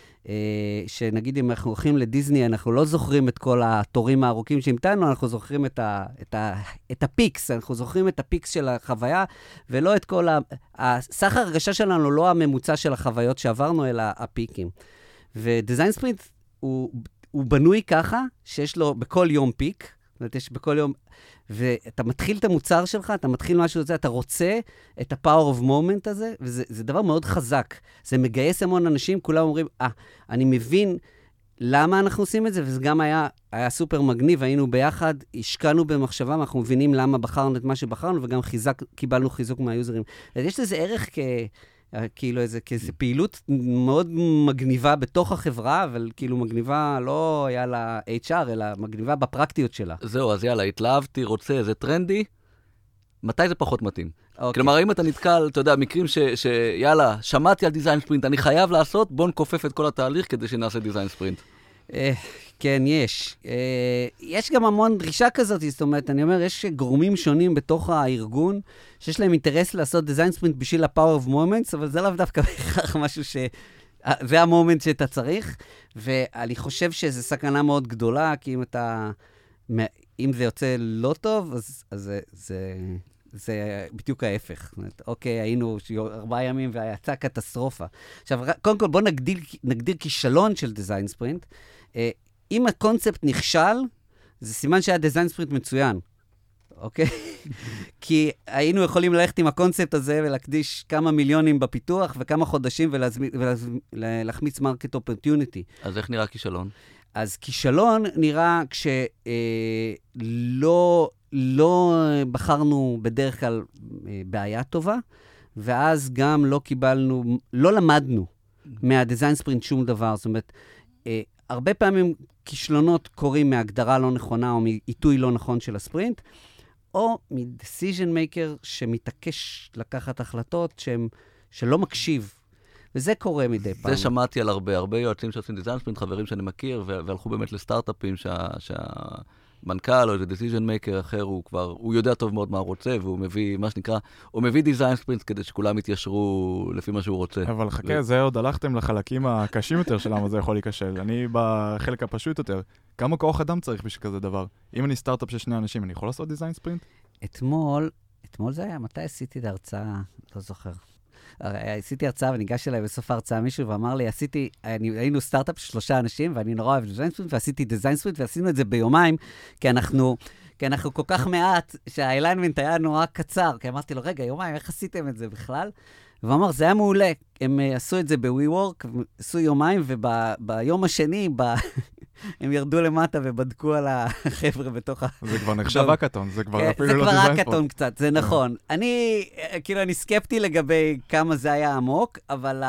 אה, שנגיד אם אנחנו הולכים לדיזני, אנחנו לא זוכרים את כל התורים הארוכים שהמתנו, אנחנו זוכרים את, ה, את, ה, את הפיקס, אנחנו זוכרים את הפיקס של החוויה, ולא את כל ה... הסך הרגשה שלנו לא הממוצע של החוויות שעברנו, אלא הפיקים. ודיזיין ספרינט הוא... הוא בנוי ככה, שיש לו בכל יום פיק, זאת אומרת, יש בכל יום, ואתה מתחיל את המוצר שלך, אתה מתחיל משהו הזה, אתה רוצה את ה-power of moment הזה, וזה זה דבר מאוד חזק. זה מגייס המון אנשים, כולם אומרים, אה, אני מבין למה אנחנו עושים את זה? וזה גם היה, היה סופר מגניב, היינו ביחד, השקענו במחשבה, ואנחנו מבינים למה בחרנו את מה שבחרנו, וגם חיזק, קיבלנו חיזוק מהיוזרים. אז יש לזה ערך כ... כאילו איזה, כאיזו פעילות מאוד מגניבה בתוך החברה, אבל כאילו מגניבה לא היה לה אייץ' אר, אלא מגניבה בפרקטיות שלה. זהו, אז יאללה, התלהבתי, רוצה, זה טרנדי, מתי זה פחות מתאים? אוקיי. כלומר, אם אתה נתקל, אתה יודע, מקרים ש, שיאללה, שמעתי על דיזיין ספרינט, אני חייב לעשות, בוא נכופף את כל התהליך כדי שנעשה דיזיין ספרינט. אה, כן, יש. אה, יש גם המון דרישה כזאת, זאת אומרת, אני אומר, יש גורמים שונים בתוך הארגון, שיש להם אינטרס לעשות דיזיין ספרינט בשביל ה-power of moments, אבל זה לאו דווקא בכך משהו ש... זה המומנט שאתה צריך, ואני חושב שזו סכנה מאוד גדולה, כי אם אתה... אם זה יוצא לא טוב, אז, אז זה, זה, זה בדיוק ההפך. זאת אומרת, אוקיי, היינו ארבעה ימים ויצא קטסטרופה. עכשיו, קודם כל, בואו נגדיר, נגדיר כישלון של דיזיין ספרינט. אם הקונספט נכשל, זה סימן שהיה דיזיין ספרינט מצוין. אוקיי? כי היינו יכולים ללכת עם הקונספט הזה ולהקדיש כמה מיליונים בפיתוח וכמה חודשים ולהחמיץ מרקט אופורטיוניטי. אז איך נראה כישלון? אז כישלון נראה כשלא לא בחרנו בדרך כלל בעיה טובה, ואז גם לא קיבלנו, לא למדנו מהדיזיין ספרינט שום דבר. זאת אומרת, הרבה פעמים כישלונות קורים מהגדרה לא נכונה או מעיתוי לא נכון של הספרינט, או מ-decision maker שמתעקש לקחת החלטות שהם, שלא מקשיב. וזה קורה מדי פעם. זה שמעתי על הרבה, הרבה יועצים שעושים דיזיין ספרינט, חברים שאני מכיר, והלכו באמת לסטארט-אפים שה, שהמנכ"ל או איזה decision maker אחר, הוא כבר, הוא יודע טוב מאוד מה הוא רוצה, והוא מביא, מה שנקרא, הוא מביא דיזיין ספרינט כדי שכולם יתיישרו לפי מה שהוא רוצה. אבל חכה, ו... זה עוד הלכתם לחלקים הקשים יותר של למה זה יכול להיכשל. אני בחלק הפשוט יותר. כמה כוח אדם צריך בשביל כזה דבר? אם אני סטארט-אפ של שני אנשים, אני יכול לעשות דיזיין ספרינט? אתמול, אתמול זה היה, מתי עשיתי את ההרצאה? לא זוכר. עשיתי הרצאה וניגש אליי בסוף ההרצאה מישהו ואמר לי, עשיתי, היינו סטארט-אפ של שלושה אנשים, ואני נורא אוהב דיזיין ספרינט, ועשיתי דיזיין ספרינט, ועשינו את זה ביומיים, כי אנחנו, כי אנחנו כל כך מעט, שהאליינמנט היה נורא קצר, כי אמרתי לו, רגע, יומיים, איך עשיתם את זה בכלל? והוא אמר, זה היה מעולה, הם עשו את זה ב-WeWork, עשו יומיים, וביום השני, הם ירדו למטה ובדקו על החבר'ה בתוך ה... זה כבר נחשב הקטון, זה כבר אפילו לא דיזיין ספורט. זה כבר הקטון קצת, זה נכון. אני, כאילו, אני סקפטי לגבי כמה זה היה עמוק, אבל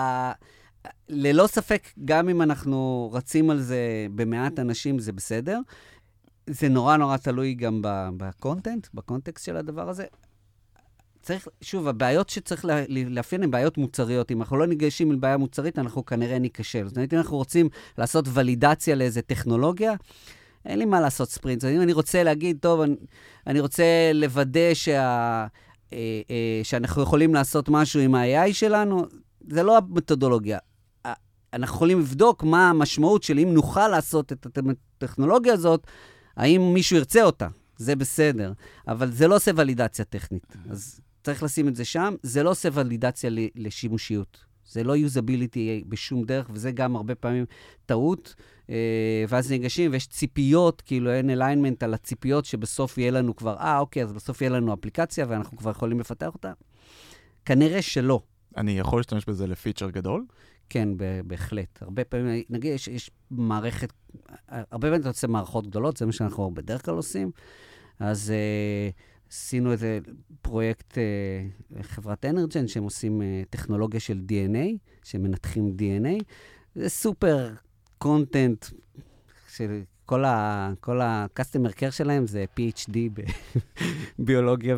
ללא ספק, גם אם אנחנו רצים על זה במעט אנשים, זה בסדר. זה נורא נורא תלוי גם בקונטנט, בקונטקסט של הדבר הזה. צריך, שוב, הבעיות שצריך לאפיין הן בעיות מוצריות. אם אנחנו לא ניגשים לבעיה מוצרית, אנחנו כנראה ניכשל. זאת אומרת, אם אנחנו רוצים לעשות ולידציה לאיזה טכנולוגיה, אין לי מה לעשות ספרינט. אם אני רוצה להגיד, טוב, אני, אני רוצה לוודא שה, אה, אה, שאנחנו יכולים לעשות משהו עם ה-איי איי שלנו, זה לא המתודולוגיה. אנחנו יכולים לבדוק מה המשמעות של אם נוכל לעשות את הטכנולוגיה הזאת, האם מישהו ירצה אותה. זה בסדר. אבל זה לא עושה ולידציה טכנית. אז צריך לשים את זה שם. זה לא עושה ולידציה לשימושיות. זה לא יוזביליטי בשום דרך, וזה גם הרבה פעמים טעות. ואז ניגשים, ויש ציפיות, כאילו אין אליינמנט על הציפיות, שבסוף יהיה לנו כבר, אה, אוקיי, אז בסוף יהיה לנו אפליקציה, ואנחנו כבר יכולים לפתח אותה. כנראה שלא. אני יכול להשתמש בזה לפיצ'ר גדול? כן, בהחלט. הרבה פעמים, נגיד, יש, יש מערכת, הרבה פעמים אתה עושה מערכות גדולות, זה מה שאנחנו בדרך כלל עושים. אז uh, עשינו איזה פרויקט, uh, חברת אנרג'ן, שהם עושים uh, טכנולוגיה של די אן איי, שמנתחים די אן איי. זה סופר קונטנט, של כל ה-customer care שלהם, זה פי אייץ' די בביולוגיה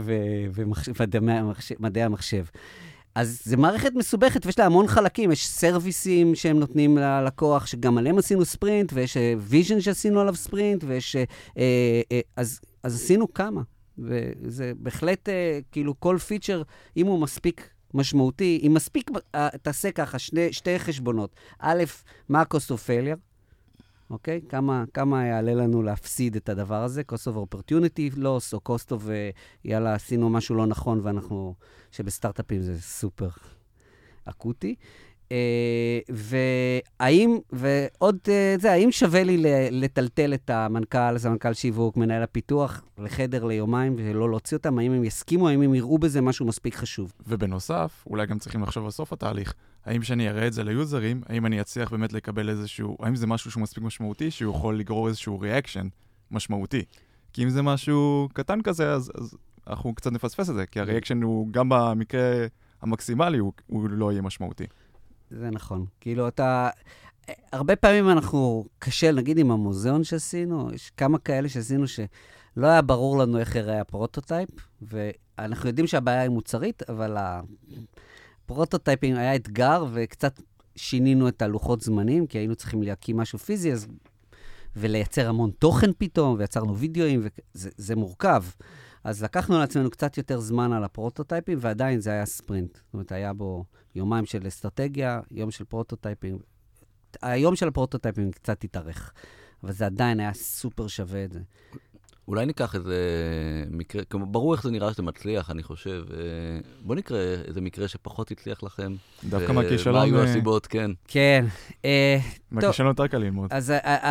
ומדעי המחשב. אז זו מערכת מסובכת, ויש לה המון חלקים, יש סרוויסים שהם נותנים ללקוח, שגם עליהם עשינו ספרינט, ויש ויז'ן שעשינו עליו ספרינט, ויש... אה, אה, אז, אז עשינו כמה. וזה בהחלט, אה, כאילו, כל פיצ'ר, אם הוא מספיק משמעותי, אם מספיק, אה, תעשה ככה, שני, שתי חשבונות. א', מה ה-cost of failure? אוקיי? כמה, כמה יעלה לנו להפסיד את הדבר הזה? cost of opportunity loss, או cost of, יאללה, עשינו משהו לא נכון, ואנחנו, שבסטארט-אפים זה סופר אקוטי. והאם, ועוד זה, האם שווה לי לטלטל את המנכ"ל, זה המנכ"ל שיווק, מנהל הפיתוח, לחדר ליומיים ולא להוציא אותם, האם הם יסכימו, האם הם יראו בזה משהו מספיק חשוב. ובנוסף, אולי גם צריכים לחשוב על סוף התהליך, האם שאני אראה את זה ליוזרים, האם אני אצליח באמת לקבל איזשהו, האם זה משהו שהוא מספיק משמעותי, שהוא יכול לגרור איזשהו ריאקשן משמעותי. כי אם זה משהו קטן כזה, אז, אז אנחנו קצת נפספס את זה, כי הריאקשן הוא גם במקרה המקסימלי, הוא, הוא לא יהיה משמעותי. זה נכון. כאילו, אתה... הרבה פעמים אנחנו קשה, נגיד עם המוזיאון שעשינו, יש כמה כאלה שעשינו שלא היה ברור לנו איך יראה הפרוטוטייפ, ואנחנו יודעים שהבעיה היא מוצרית, אבל הפרוטוטייפים היה אתגר, וקצת שינינו את הלוחות זמנים, כי היינו צריכים להקים משהו פיזי, אז... ולייצר המון תוכן פתאום, ויצרנו וידאוים, וזה זה מורכב. אז לקחנו לעצמנו קצת יותר זמן על הפרוטוטייפים, ועדיין זה היה ספרינט. זאת אומרת, היה בו יומיים של אסטרטגיה, יום של פרוטוטייפים. היום של הפרוטוטייפים קצת התארך, אבל זה עדיין היה סופר שווה את זה. אולי ניקח איזה מקרה, ברור איך זה נראה שזה מצליח, אני חושב. בוא נקרא איזה מקרה שפחות הצליח לכם. דווקא מהכישלון... מה היו הסיבות, כן. כן. מהכישלון יותר קל ללמוד. אז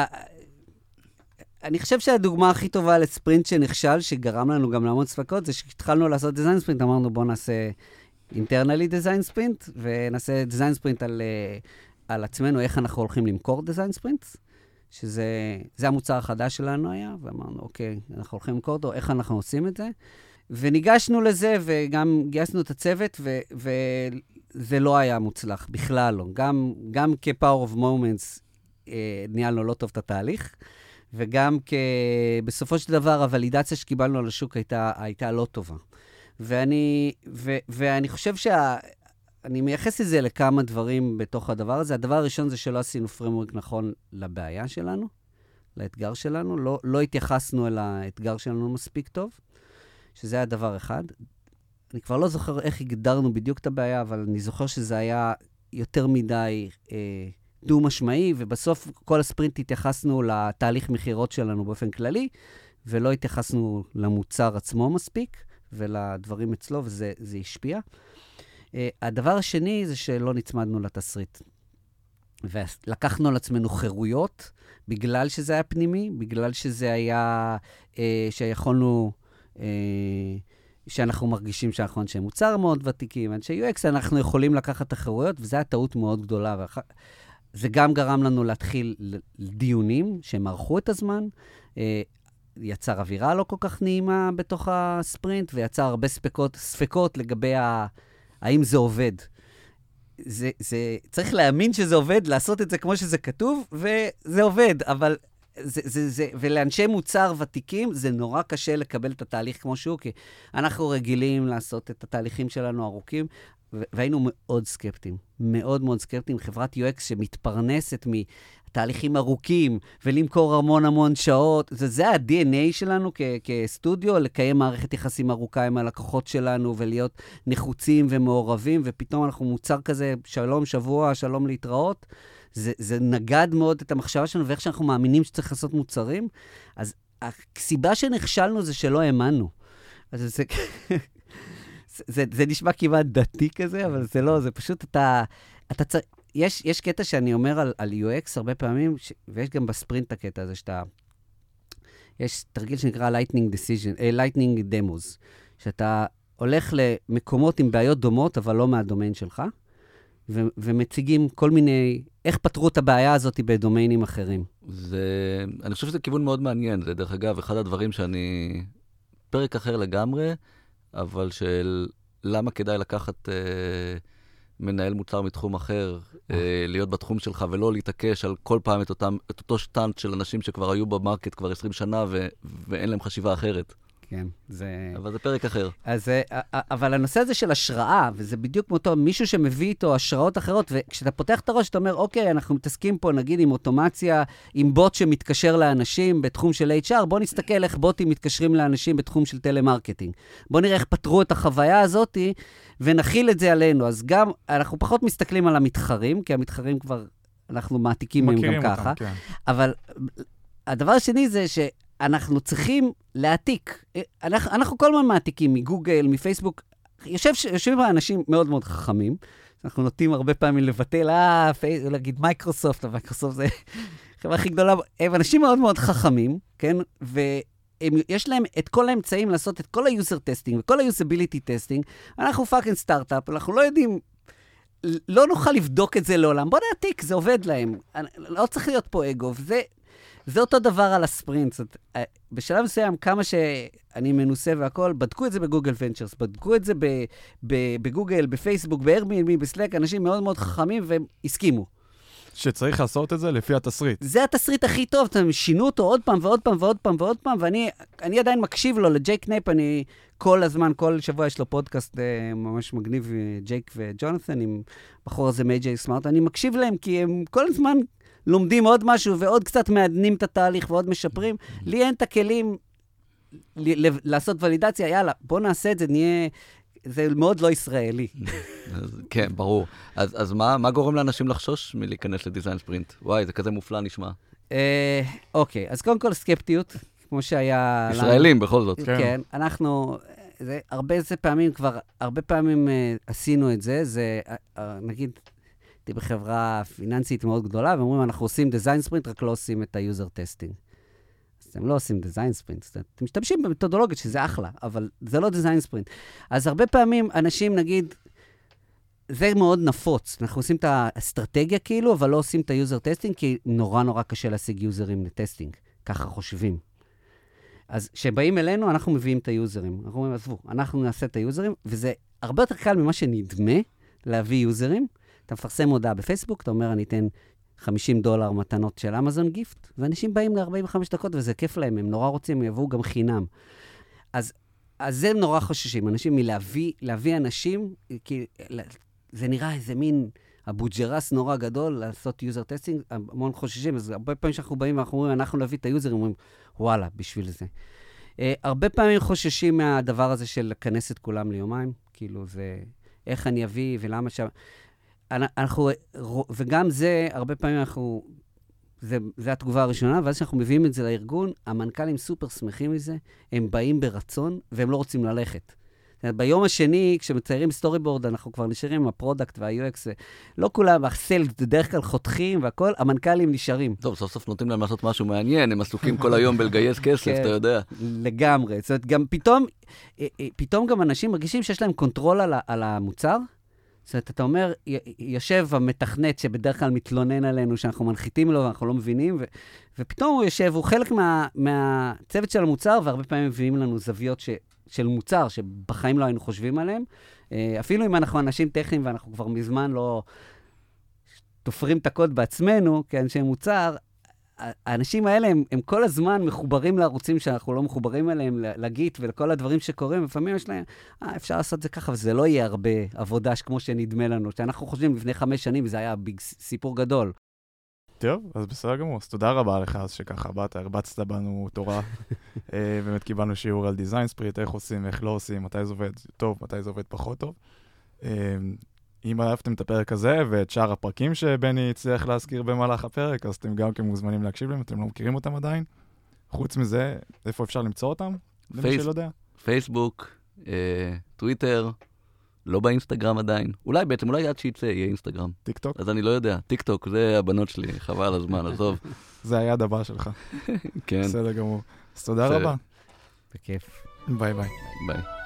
אני חושב שהדוגמה הכי טובה לספרינט שנכשל, שגרם לנו גם להמון ספקות, זה שהתחלנו לעשות דיזיין ספרינט, אמרנו בואו נעשה אינטרנלי דיזיין ספרינט, ונעשה דיזיין ספרינט על, על עצמנו, איך אנחנו הולכים למכור דיזיין ספרינט, שזה זה המוצר החדש שלנו היה, ואמרנו, אוקיי, אנחנו הולכים למכור אותו, איך אנחנו עושים את זה? וניגשנו לזה, וגם גייסנו את הצוות, ו, וזה לא היה מוצלח, בכלל לא. גם, גם כ-Power of Moments אה, ניהלנו לא טוב את התהליך, וגם כ... בסופו של דבר, הוולידציה שקיבלנו על השוק הייתה, הייתה לא טובה. ואני, ו, ואני חושב שה... אני מייחס את זה לכמה דברים בתוך הדבר הזה. הדבר הראשון זה שלא עשינו פריימוורק נכון לבעיה שלנו, לאתגר שלנו. לא, לא התייחסנו אל האתגר שלנו מספיק טוב, שזה היה דבר אחד. אני כבר לא זוכר איך הגדרנו בדיוק את הבעיה, אבל אני זוכר שזה היה יותר מדי... אה, דו-משמעי, ובסוף כל הספרינט התייחסנו לתהליך מחירות שלנו באופן כללי, ולא התייחסנו למוצר עצמו מספיק, ולדברים אצלו, וזה זה השפיע. Uh, הדבר השני זה שלא נצמדנו לתסריט. ולקחנו על עצמנו חירויות, בגלל שזה היה פנימי, בגלל שזה היה, uh, שיכולנו... Uh, שאנחנו מרגישים שאנחנו אנשי מוצר מאוד ותיקים, אנשי יו אקס, אנחנו יכולים לקחת את החירויות, וזו הייתה טעות מאוד גדולה. ואח... זה גם גרם לנו להתחיל דיונים שהם ערכו את הזמן, יצר אווירה לא כל כך נעימה בתוך הספרינט, ויצר הרבה ספקות, ספקות לגבי ה... האם זה עובד. זה, זה, צריך להאמין שזה עובד, לעשות את זה כמו שזה כתוב, וזה עובד, אבל זה, זה, זה, ולאנשי מוצר ותיקים, זה נורא קשה לקבל את התהליך כמו שהוא, כי אנחנו רגילים לעשות את התהליכים שלנו ארוכים, והיינו מאוד סקפטיים, מאוד מאוד סקפטיים. חברת יו אקס שמתפרנסת מתהליכים ארוכים, ולמכור המון המון שעות, זה, זה ה-די אן איי שלנו כ- כסטודיו, לקיים מערכת יחסים ארוכה עם הלקוחות שלנו, ולהיות נחוצים ומעורבים, ופתאום אנחנו מוצר כזה, שלום שבוע, שלום להתראות. זה, זה נגד מאוד את המחשבה שלנו, ואיך שאנחנו מאמינים שצריך לעשות מוצרים. אז הסיבה שנכשלנו זה שלא האמנו. אז זה... זה, זה נשמע כמעט דתי כזה, אבל זה לא, זה פשוט אתה, אתה צר... יש, יש קטע שאני אומר על, על יו אקס הרבה פעמים, ש... ויש גם בספרינט הקטע הזה שאתה, יש תרגיל שנקרא Lightning Decision, אה, Lightning Demos, שאתה הולך למקומות עם בעיות דומות, אבל לא מהדומיין שלך, ו, ומציגים כל מיני, איך פתרו את הבעיה הזאת בדומיינים אחרים. זה, אני חושב שזה כיוון מאוד מעניין, זה דרך אגב, אחד הדברים שאני, פרק אחר לגמרי, אבל של למה כדאי לקחת אה, מנהל מוצר מתחום אחר, אה, להיות בתחום שלך ולא להתעקש על כל פעם את, אותם, את אותו שטנט של אנשים שכבר היו במרקט כבר עשרים שנה ו, ואין להם חשיבה אחרת. כן, זה... אבל זה פרק אחר. אז, אבל הנושא הזה של השראה, וזה בדיוק מאותו מישהו שמביא איתו השראות אחרות, וכשאתה פותח את הראש, אתה אומר, אוקיי, אנחנו מתעסקים פה, נגיד, עם אוטומציה, עם בוט שמתקשר לאנשים בתחום של אייץ' אר, בוא נסתכל איך בוטים מתקשרים לאנשים בתחום של טלמרקטינג. בוא נראה איך פתרו את החוויה הזאת, ונכיל את זה עלינו. אז גם, אנחנו פחות מסתכלים על המתחרים, כי המתחרים כבר, אנחנו מעתיקים מהם גם ככה. אותם, כן. אבל הדבר השני זה ש... אנחנו צריכים להעתיק. אנחנו, אנחנו כל הזמן מעתיקים מגוגל, מפייסבוק. יושב, יושבים אנשים מאוד מאוד חכמים, אנחנו נוטים הרבה פעמים לבטל, אה, להגיד מייקרוסופט, מייקרוסופט זה החברה הכי גדולה, הם אנשים מאוד מאוד חכמים, כן? ויש להם את כל האמצעים לעשות את כל ה-user testing וכל ה-usability testing, אנחנו פאקינג סטארט-אפ, אנחנו לא יודעים, לא נוכל לבדוק את זה לעולם, בוא נעתיק, זה עובד להם, לא צריך להיות פה אגו, וזה... זה אותו דבר על הספרינט. בשלב מסוים, כמה שאני מנוסה והכל, בדקו את זה בגוגל ונצ'רס, בדקו את זה בגוגל, בפייסבוק, ב-Airbnb, בסלק, אנשים מאוד מאוד חכמים והם הסכימו. שצריך לעשות את זה לפי התסריט. זה התסריט הכי טוב, אתם שינו אותו עוד פעם ועוד פעם ועוד פעם ועוד פעם, ואני אני עדיין מקשיב לו, לג'ייק נייפ, אני כל הזמן, כל שבוע יש לו פודקאסט ממש מגניב, ג'ייק וג'ונת'ן, עם בחור הזה מ-איי ג'יי סמארט, אני מקשיב להם כי הם כל הזמן לומדים עוד משהו ועוד קצת מעדנים את התהליך ועוד משפרים. לי אין את הכלים לעשות ולידציה, יאללה, בוא נעשה את זה, נהיה... זה מאוד לא ישראלי. כן, ברור. אז, אז מה, מה גורם לאנשים לחשוש מלהיכנס לדיזיין ספרינט? וואי, זה כזה מופלא נשמע. אוקיי, אז קודם כל סקפטיות, כמו שהיה... ישראלים בכל זאת. כן, אנחנו... זה הרבה זה פעמים כבר, הרבה פעמים עשינו את זה, זה נגיד... הייתי בחברה פיננסית מאוד גדולה, ואומרים, אנחנו עושים דיזיין ספרינט, רק לא עושים את היוזר טסטינג. אז אתם לא עושים דיזיין ספרינט, אתם משתמשים במתודולוגית, שזה אחלה, אבל זה לא דיזיין ספרינט. אז הרבה פעמים אנשים, נגיד, זה מאוד נפוץ. אנחנו עושים את האסטרטגיה כאילו, אבל לא עושים את היוזר טסטינג, כי נורא נורא קשה להשיג יוזרים לטסטינג. ככה חושבים. אז כשבאים אלינו, אנחנו מביאים את היוזרים. אנחנו אומרים, עזבו, אנחנו נעשה את היוזרים, וזה הרבה יותר קל ממה שנדמה להביא יוזרים. אתה מפרסם הודעה בפייסבוק, אתה אומר, אני אתן חמישים דולר מתנות של אמזון גיפט, ואנשים באים ל-ארבעים וחמש דקות, וזה כיף להם, הם נורא רוצים, הם יבואו גם חינם. אז, אז זה נורא חוששים, אנשים מלהביא, להביא אנשים, כי זה נראה איזה מין אבו-ג'רס נורא גדול, לעשות יוזר טסטינג, המון חוששים, אז הרבה פעמים שאנחנו באים, ואנחנו אומרים, אנחנו נביא את היוזרים, אומרים, וואלה, בשביל זה. Uh, הרבה פעמים חוששים מהדבר הזה של לכנס את כולם ליומיים, כאילו זה, איך אני אביא ולמה שם... אנחנו, וגם זה, הרבה פעמים אנחנו, זה, זה התגובה הראשונה, ואז שאנחנו מביאים את זה לארגון, המנכ"לים סופר שמחים מזה, הם באים ברצון, והם לא רוצים ללכת. ביום השני, כשמציירים סטורי בורד, אנחנו כבר נשארים עם הפרודקט וה-יו אקס, לא כולם, הסל, בדרך כלל חותכים והכל, המנכ"לים נשארים. טוב, סוף סוף נותנים להם לעשות משהו מעניין, הם עסוקים כל היום בלגייס כסף, אתה יודע. לגמרי. זאת אומרת, גם פתאום, פתאום גם אנשים מרגישים שיש להם קונטרול על, על המוצר, זאת אומרת, אתה אומר, יושב המתכנת שבדרך כלל מתלונן עלינו, שאנחנו מנחיתים לו ואנחנו לא מבינים, ו- ופתאום הוא יושב, הוא חלק מה- מהצוות של המוצר, והרבה פעמים מביאים לנו זוויות ש- של מוצר, שבחיים לא היינו חושבים עליהם. אפילו אם אנחנו אנשים טכניים ואנחנו כבר מזמן לא תופרים את הקוד בעצמנו, כאנשי מוצר, האנשים האלה הם, הם כל הזמן מחוברים לערוצים שאנחנו לא מחוברים אליהם, לגיט ולכל הדברים שקורים, לפעמים יש להם, אה, אפשר לעשות זה ככה, וזה לא יהיה הרבה עבודה כמו שנדמה לנו, שאנחנו חושבים לפני חמש שנים, זה היה ביג, סיפור גדול. טוב, אז בסדר גמור, אז תודה רבה לך, אז שככה באת, הרבצת בנו תורה, באמת קיבלנו שיעור על דיזיין ספרינט, איך עושים, איך לא עושים, מתי זה עובד טוב, מתי זה עובד פחות טוב. אם אהבתם את הפרק הזה ואת שאר הפרקים שבני הצליח להזכיר במהלך הפרק, אז אתם גם כמוזמנים להקשיב להם, אתם לא מכירים אותם עדיין. חוץ מזה, איפה אפשר למצוא אותם? למי שלא יודע. פייסבוק, אה, טוויטר, לא באינסטגרם עדיין. אולי בעצם, אולי עד שיצא יהיה אינסטגרם. טיק טוק? אז אני לא יודע. טיק טוק, זה הבנות שלי, חבל הזמן, עזוב. זה היעד הבא שלך. כן. בסדר גמור. אז תודה רבה. בכיף. ביי ביי. ביי.